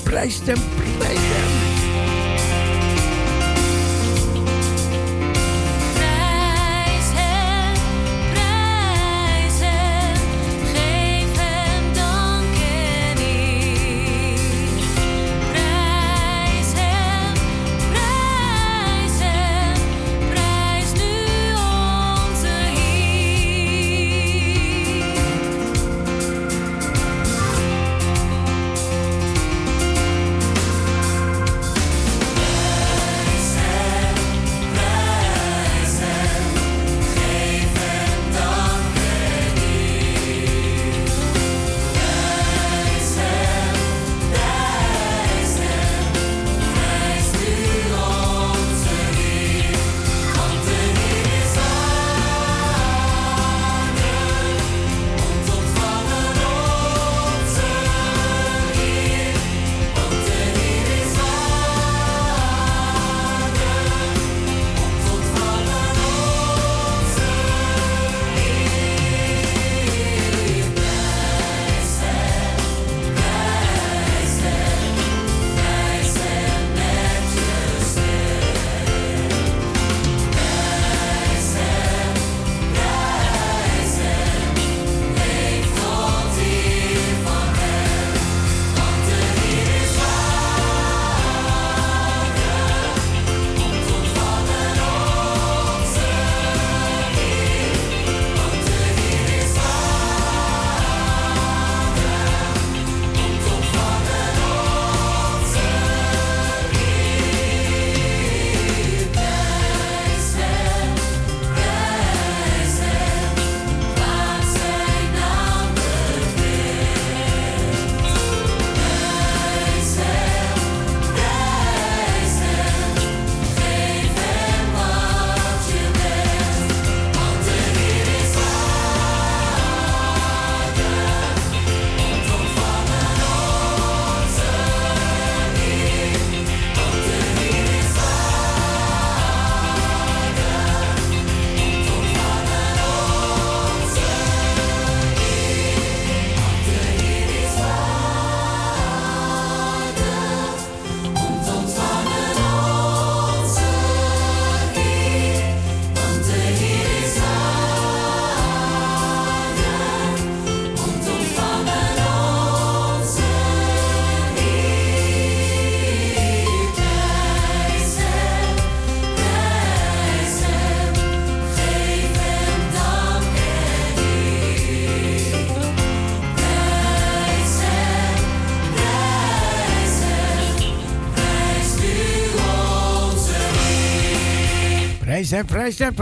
Prijs hem.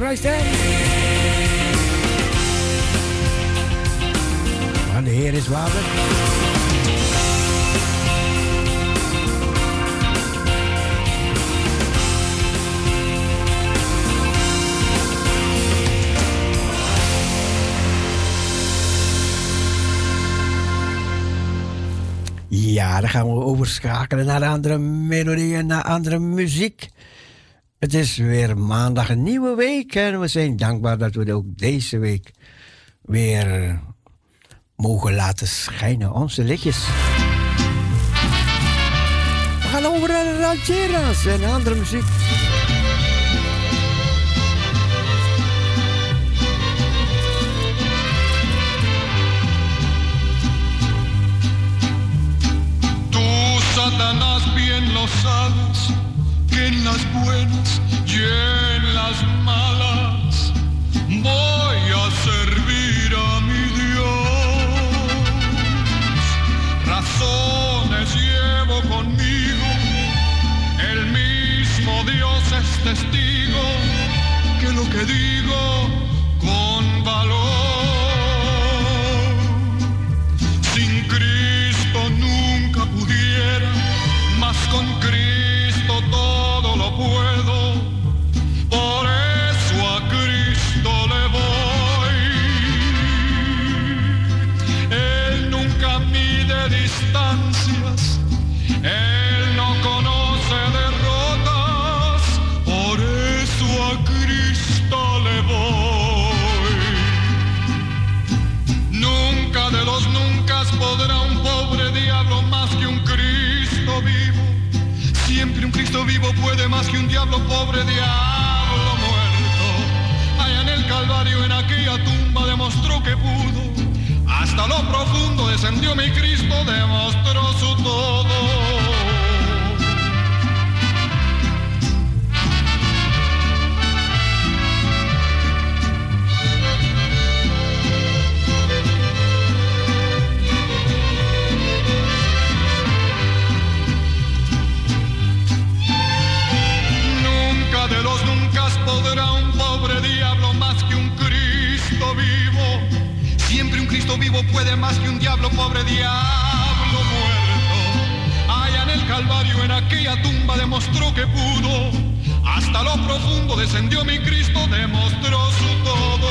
Want de Heer is waardig. Ja, dan gaan we overschakelen naar andere melodieën, naar andere muziek. Het is weer maandag, een nieuwe week. En we zijn dankbaar dat we ook deze week weer mogen laten schijnen. Onze lichtjes. We gaan over naar de rancheras en andere muziek. Tú, Satanás, bien lo sabes. En las buenas y en las malas voy a servir a mi Dios. Razones llevo conmigo, el mismo Dios es testigo que lo que digo con valor. Sin Cristo nunca pudiera, mas con Cristo todo lo puedo, por eso a Cristo le voy. Él nunca mide distancias, Él no conoce derrotas, por vivo puede más que un diablo pobre, diablo muerto. Allá en el Calvario, en aquella tumba, demostró que pudo. Hasta lo profundo descendió mi Cristo, demostró su todo. De los nunca podrá un pobre diablo más que un Cristo vivo. Siempre un Cristo vivo puede más que un diablo pobre, diablo muerto. Allá en el Calvario, en aquella tumba, demostró que pudo. Hasta lo profundo descendió mi Cristo, demostró su todo.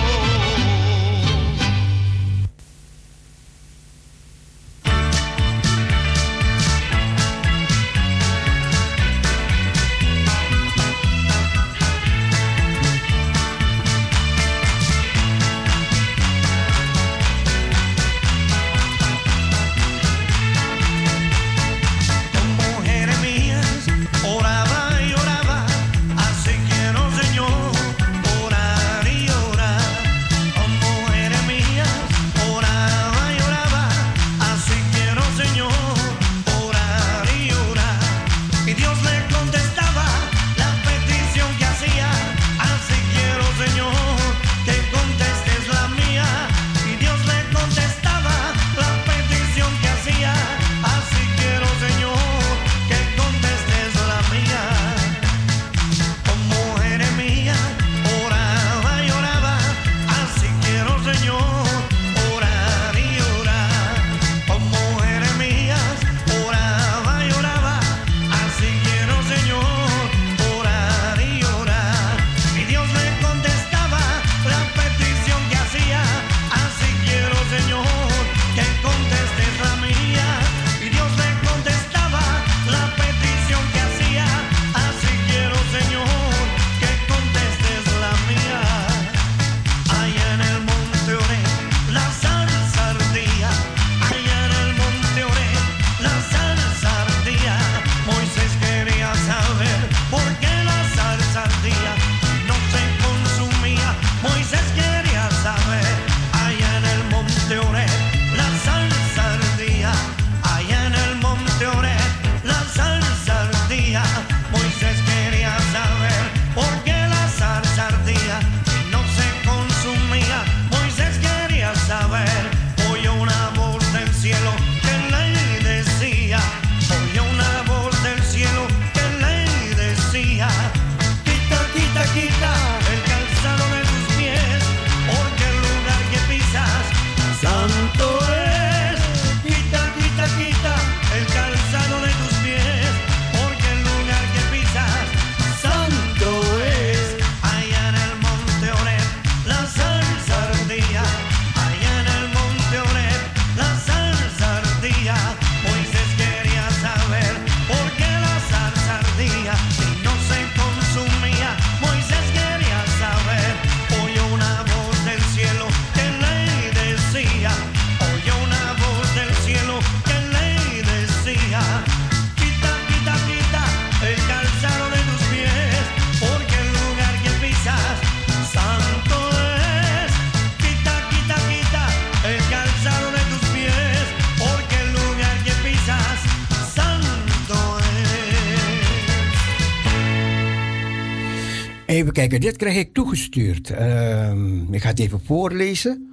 Even kijken, dit krijg ik toegestuurd. Ik ga het even voorlezen.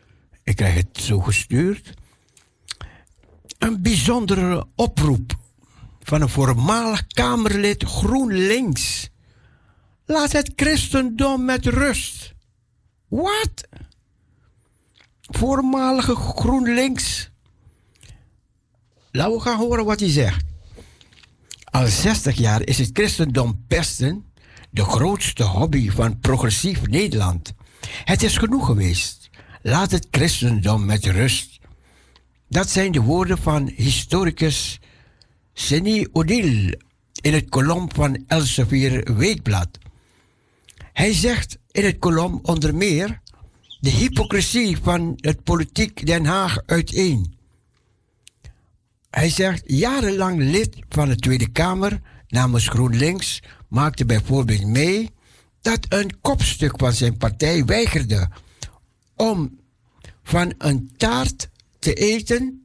Ik krijg het toegestuurd. Een bijzondere oproep van een voormalig Kamerlid GroenLinks. Laat het christendom met rust. Wat? Voormalige GroenLinks. Laten we gaan horen wat hij zegt. Al 60 jaar is het christendom pesten de grootste hobby van progressief Nederland. Het is genoeg geweest. Laat het christendom met rust. Dat zijn de woorden van historicus Seni Odile in het kolom van Elsevier Weekblad. Hij zegt in het kolom onder meer de hypocrisie van het politiek Den Haag uiteen. Hij zegt jarenlang lid van de Tweede Kamer, namens GroenLinks maakte bijvoorbeeld mee dat een kopstuk van zijn partij weigerde om van een taart te eten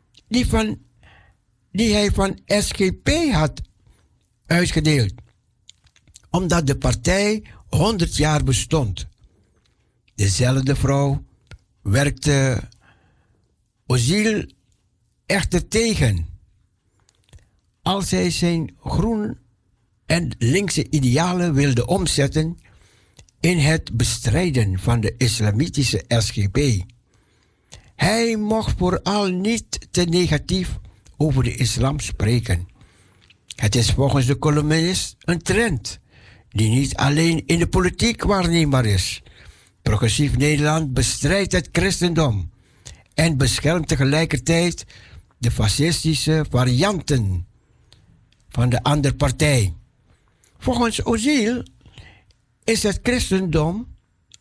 die hij van SGP had uitgedeeld, omdat de partij 100 jaar bestond. Dezelfde vrouw werkte Ozil echter tegen. Als hij zijn groen en linkse idealen wilde omzetten in het bestrijden van de islamitische SGP. Hij mocht vooral niet te negatief over de islam spreken. Het is volgens de columnist een trend die niet alleen in de politiek waarneembaar is. Progressief Nederland bestrijdt het christendom en beschermt tegelijkertijd de fascistische varianten van de andere partij. Volgens Ozil is het christendom,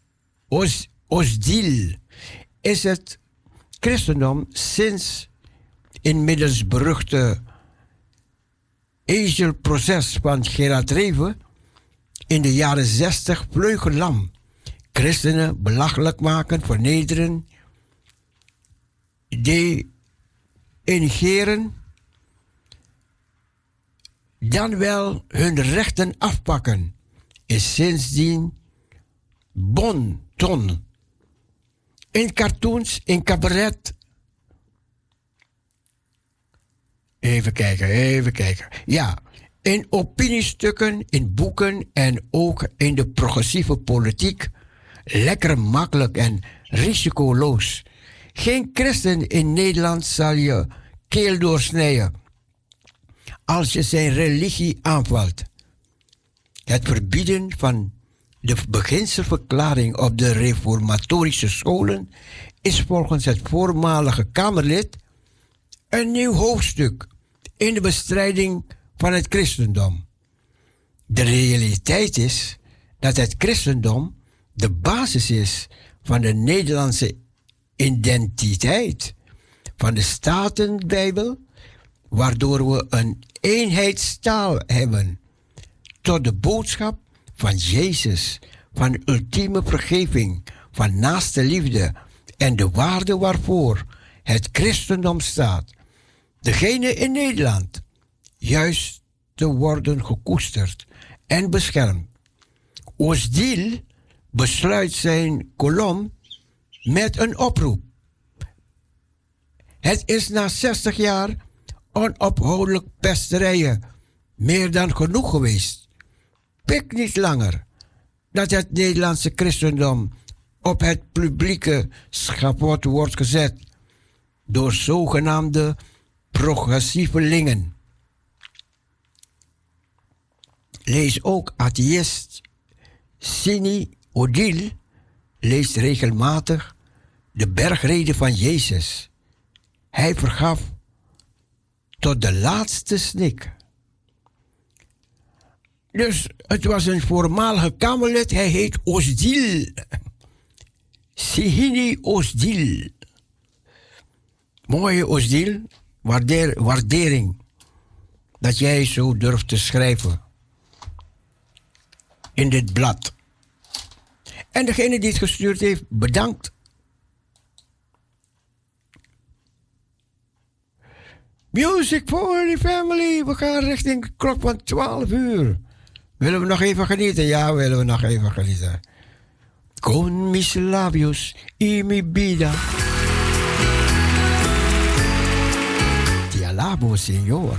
Ozil, is het christendom sinds inmiddels beruchte ezelproces van Gerard Reven in de jaren 60 vleugellam. Christenen belachelijk maken, vernederen, denigeren, dan wel hun rechten afpakken, is sindsdien bon ton. In cartoons, in cabaret. Even kijken. Ja, in opiniestukken, in boeken en ook in de progressieve politiek. Lekker makkelijk en risicoloos. Geen christen in Nederland zal je keel doorsnijden als je zijn religie aanvalt. Het verbieden van de beginselverklaring op de reformatorische scholen is volgens het voormalige Kamerlid een nieuw hoofdstuk in de bestrijding van het christendom. De realiteit is dat het christendom de basis is van de Nederlandse identiteit, van de Statenbijbel, waardoor we een eenheidstaal hebben, tot de boodschap van Jezus, van ultieme vergeving, van naaste liefde en de waarde waarvoor het christendom staat. Degene in Nederland juist te worden gekoesterd en beschermd. Ozil besluit zijn kolom met een oproep. Het is na 60 jaar onophoudelijk pesterijen meer dan genoeg geweest. Pik niet langer dat het Nederlandse christendom op het publieke schavot wordt gezet door zogenaamde progressievelingen. Lees ook atheïst Sini Odile leest regelmatig de bergrede van Jezus. Hij vergaf tot de laatste snik. Dus het was een voormalige Kamerlid, hij heet Ozil. Sihini Ozil. Mooie Ozil, waardering dat jij zo durft te schrijven in dit blad. En degene die het gestuurd heeft, bedankt. Music for the family. We gaan richting de klok van 12 uur. Willen we nog even genieten? Ja, willen we nog even genieten. Con mis labios y mi vida. Ti alabo, Señor.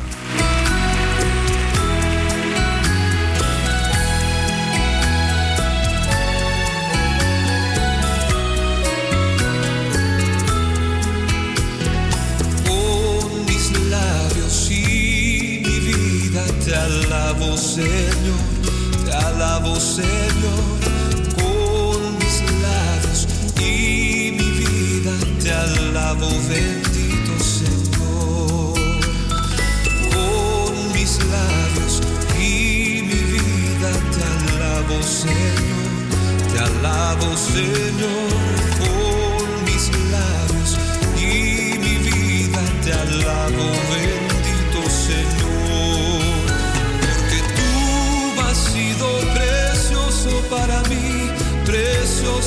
Te alabo, Señor, con mis labios y mi vida. Te alabo, bendito Señor. Con mis labios y mi vida. Te alabo, Señor. Te alabo, Señor. Con mis labios y mi vida. Te alabo, bendito Señor.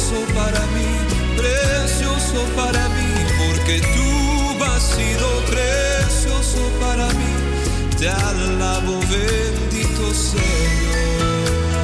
para mí, precioso para mí, porque tú has sido precioso para mí. Te alabo, bendito Señor.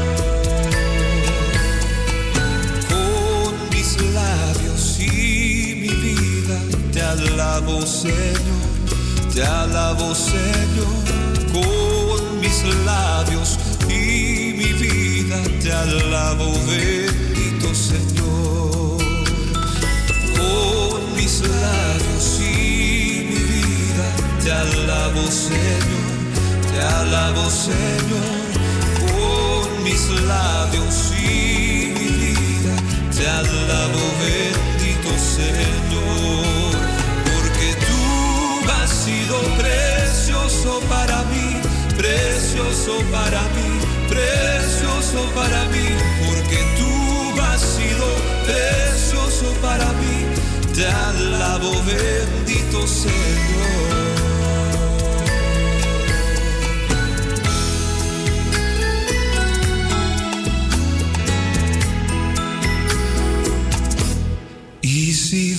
Con mis labios y mi vida, te alabo, Señor. Te alabo, Señor. Con mis labios y mi vida, te alabo, bendito Señor. Con mis labios y mi vida, te alabo, Señor. Te alabo, Señor. Con mis labios y mi vida, te alabo, bendito Señor. Porque tú has sido precioso para mí, precioso para mí, precioso para mí. Porque tú has sido precioso para mí. Te alabo, bendito Señor. Y si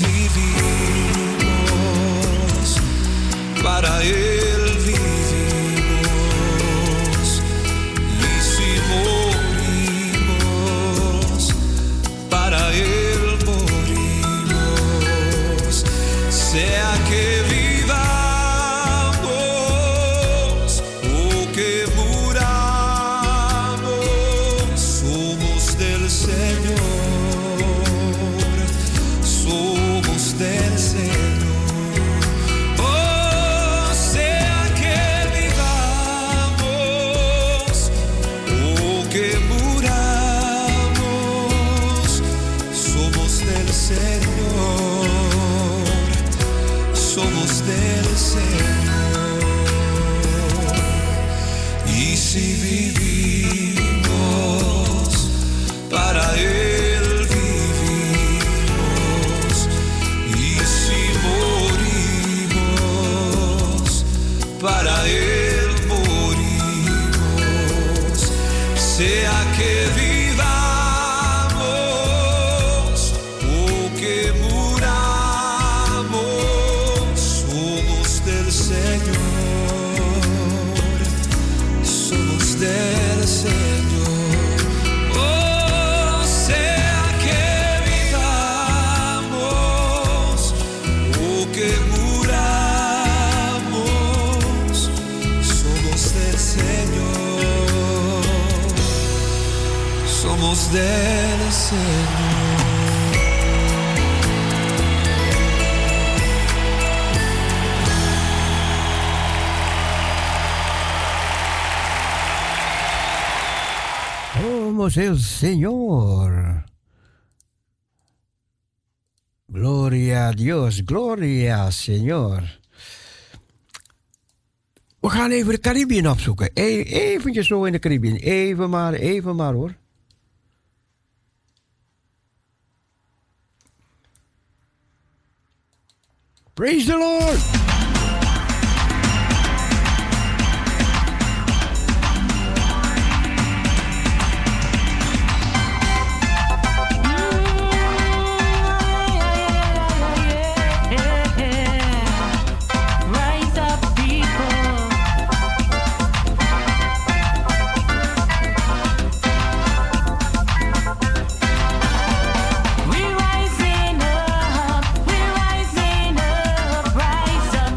vivimos, para Él vivimos. Y si morimos, para Él morimos. Sea que vivamos o que muramos, somos del Señor. Somos del Señor. Oh, sea que vivamos o que muramos, somos del Señor. Somos del Señor. Y si vivimos, para Él vivimos. Y si morimos, para Él morimos. Sea que vivamos o que muramos, somos del Señor. Somos del Señor. Oh, sea que vivamos o que muramos, somos del Señor. Somos del Señor. Somos el Señor. Gloria a Dios, gloria Señor. We gaan even de Caribbean opzoeken. Eventjes zo in de Caribbean. Even maar hoor. Praise the Lord. We're rising up, rise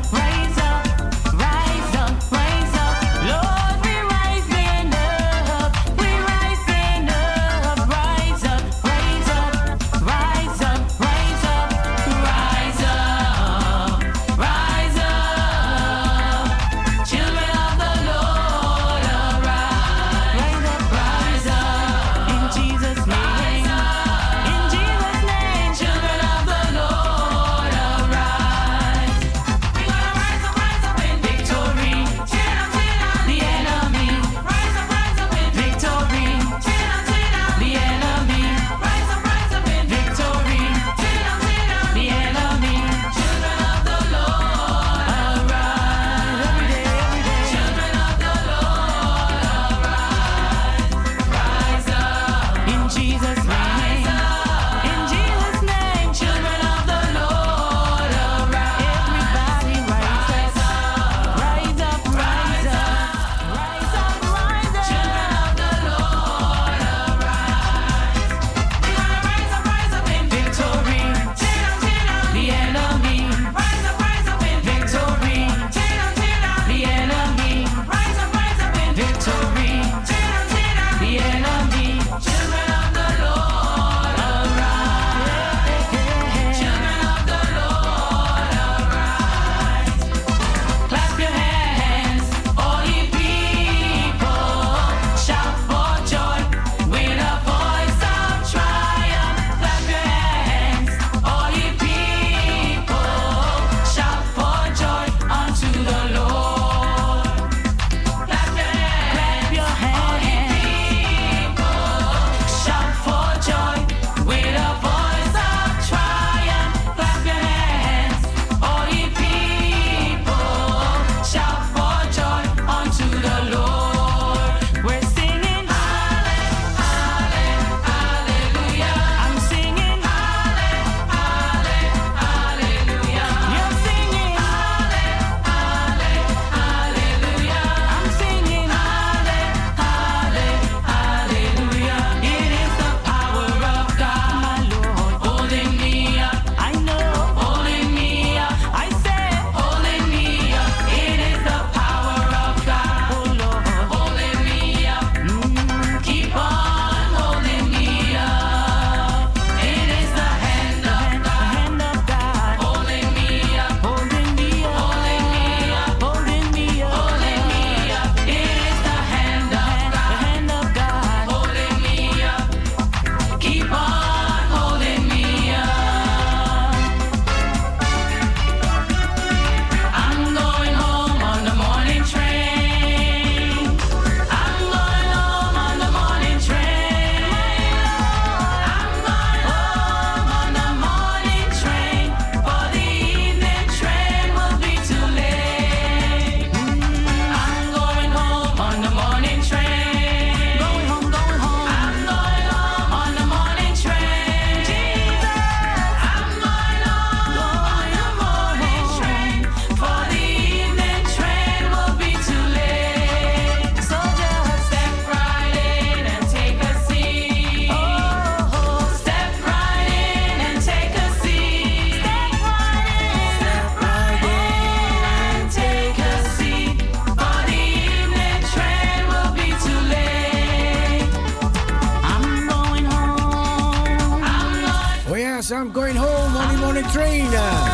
Yes, I'm going home on the morning train.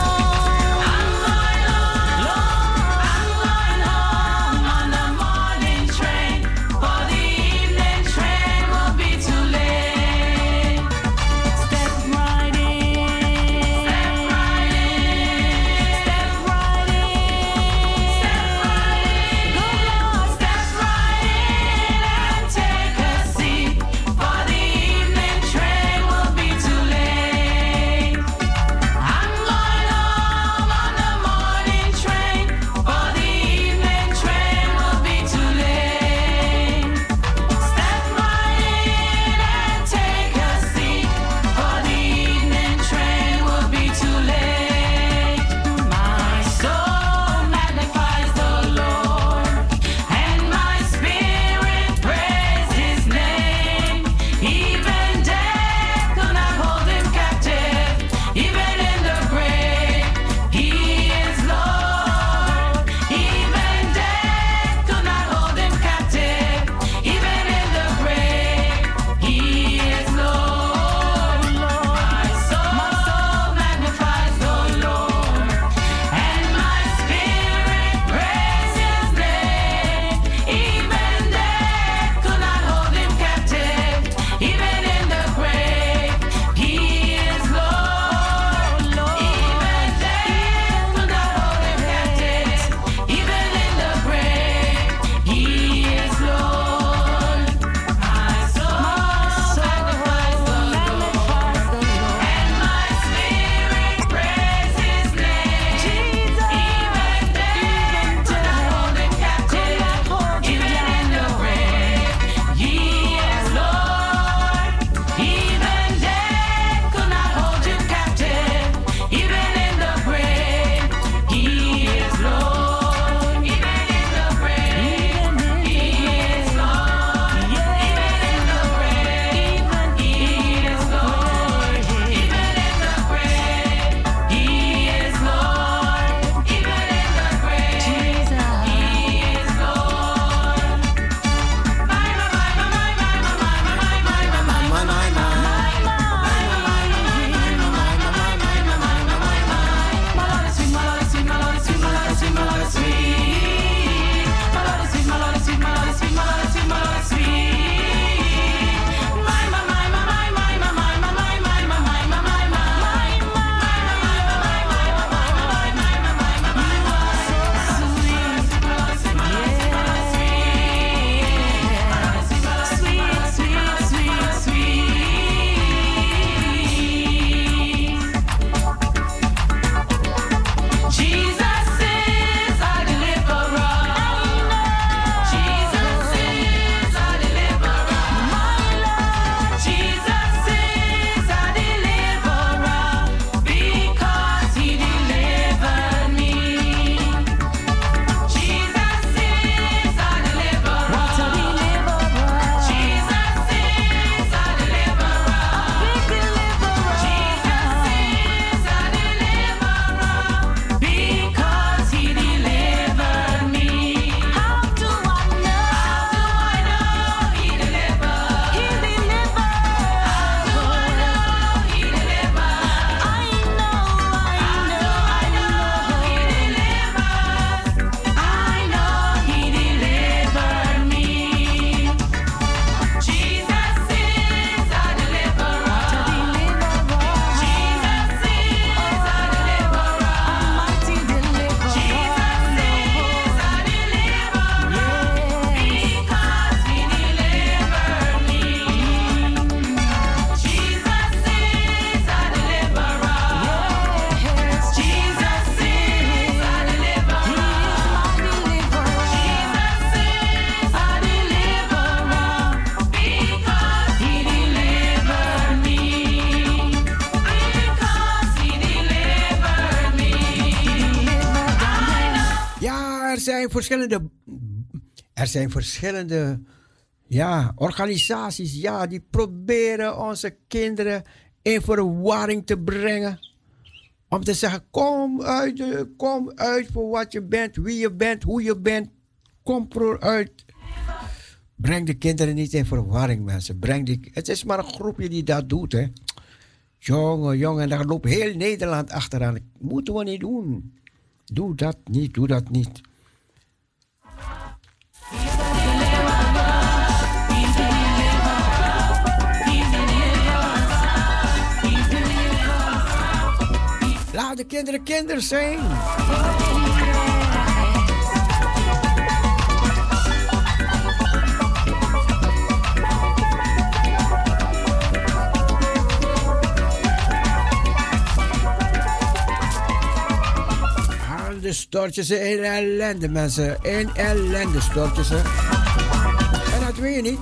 Er zijn verschillende organisaties die proberen onze kinderen in verwarring te brengen. Om te zeggen, kom uit voor wat je bent, wie je bent, hoe je bent. Kom uit. Breng de kinderen niet in verwarring, mensen. Het is maar een groepje die dat doet, hè. Jongen, daar loopt heel Nederland achteraan. Dat moeten we niet doen. Doe dat niet. Laat de kinderen zijn. De stortjes in ellende, mensen. In ellende stortjes. En dat weet je niet.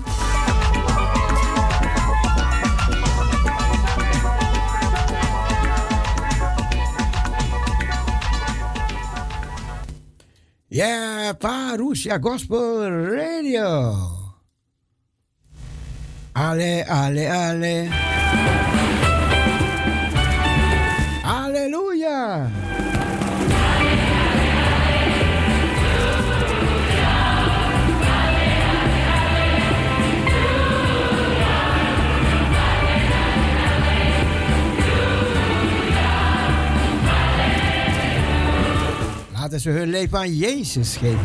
Ja, Parousia Gospel Radio. Ale. Halleluja. Laten ze hun leven aan Jezus geven.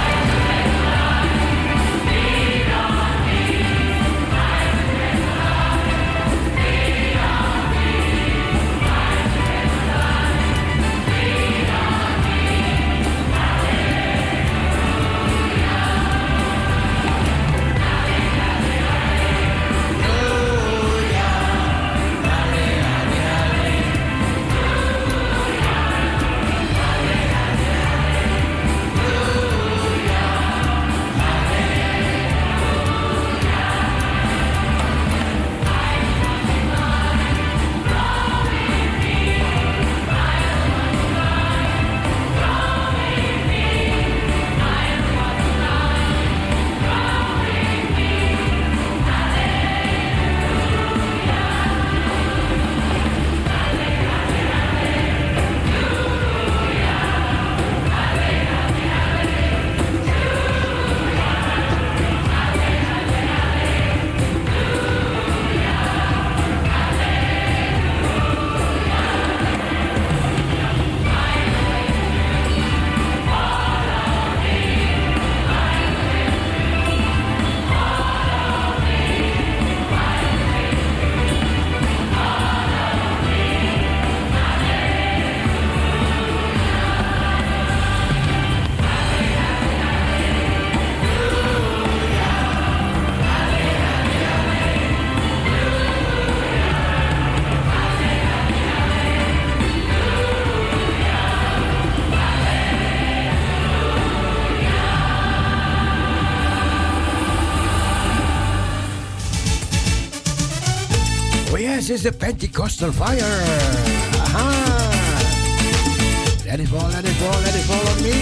This is the Pentecostal fire. Aha. Let it fall on me.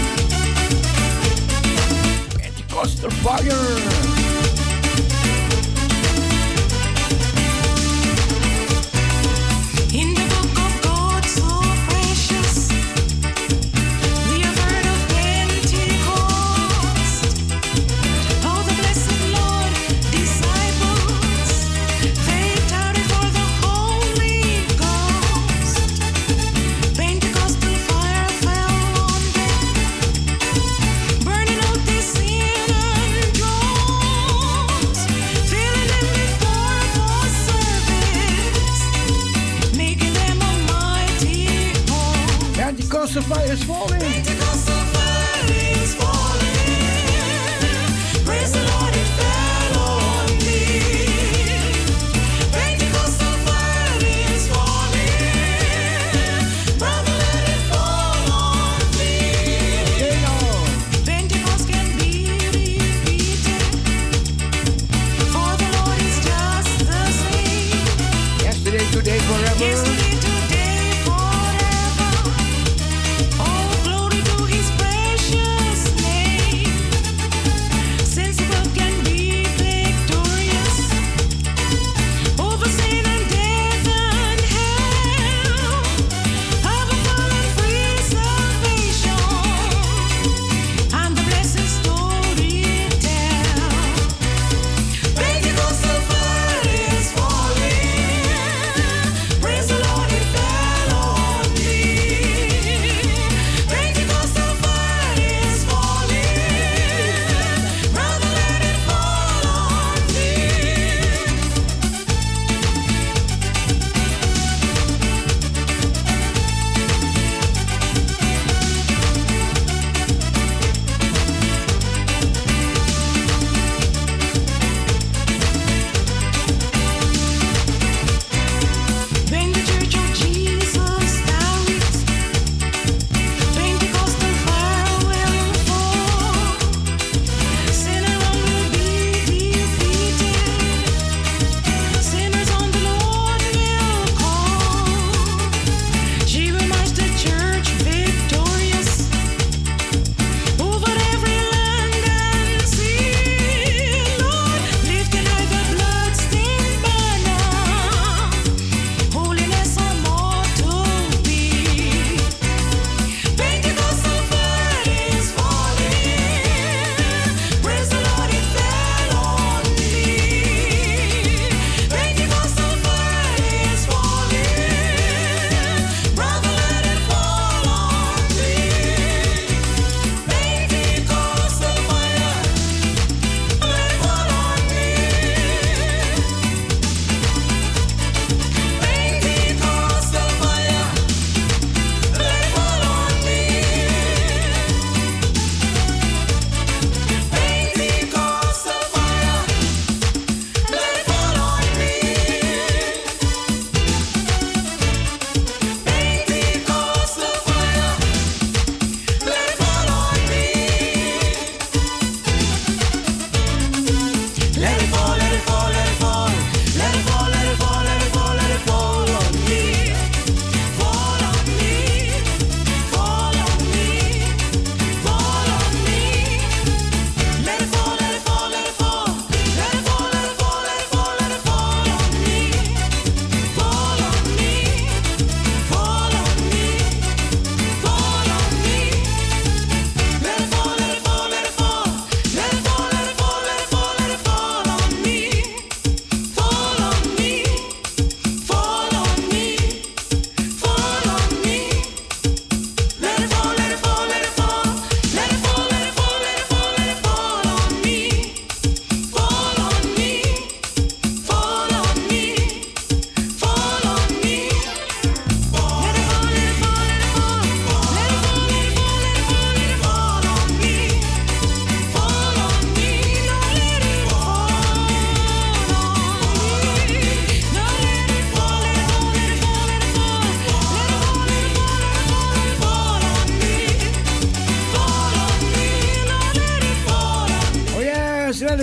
Pentecostal fire. The fire is falling. Pentecostal fire is falling. Praise the Lord, it fell on me. Pentecostal fire is falling. Brother, let it fall on me. Pentecost can be repeated. For the Lord is just the same. Yesterday, today, forever. Yesterday, today, forever. Oh, glory to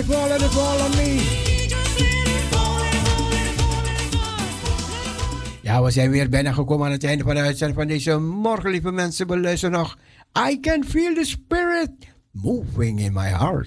fall on me. Ja, we zijn weer bijna gekomen aan het einde van de uitzending van deze morgen, lieve mensen. We luisteren nog. I can feel the spirit moving in my heart.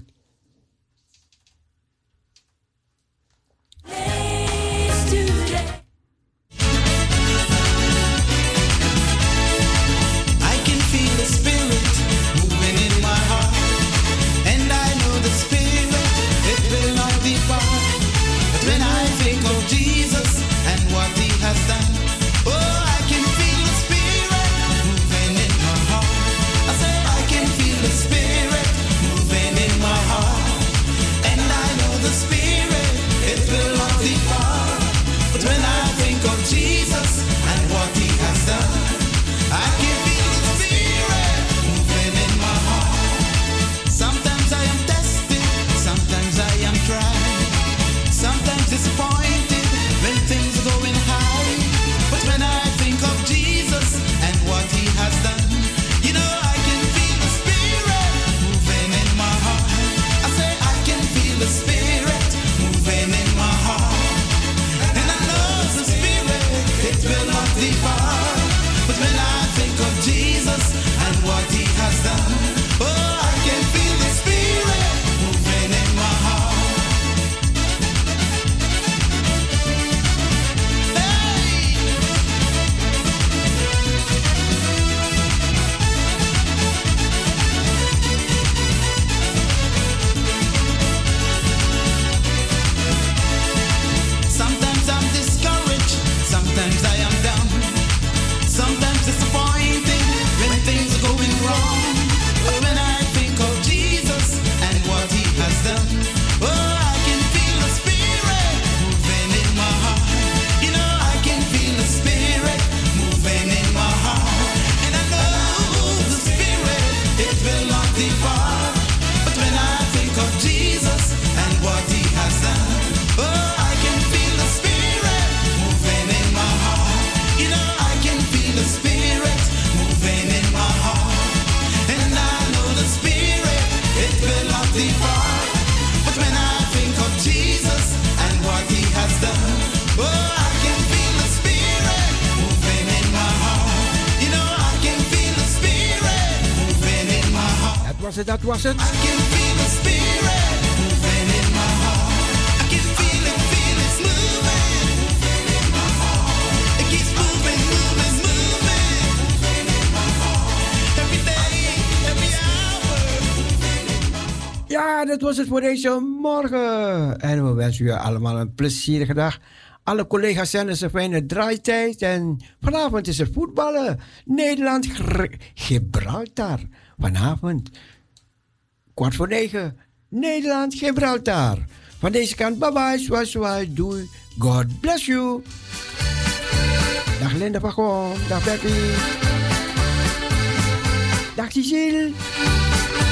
Dat was het. Ja, dat was het voor deze morgen. En we wensen u allemaal een plezierige dag. Alle collega's zenden een fijne draaitijd. En vanavond is er voetballen. Nederland-Gibraltar. Vanavond. 8:45. Nederland, Gibraltar. Van deze kant, bye bye, swai, doei. God bless you. Dag Linda van Goon, dag Becky. Dag Cecile.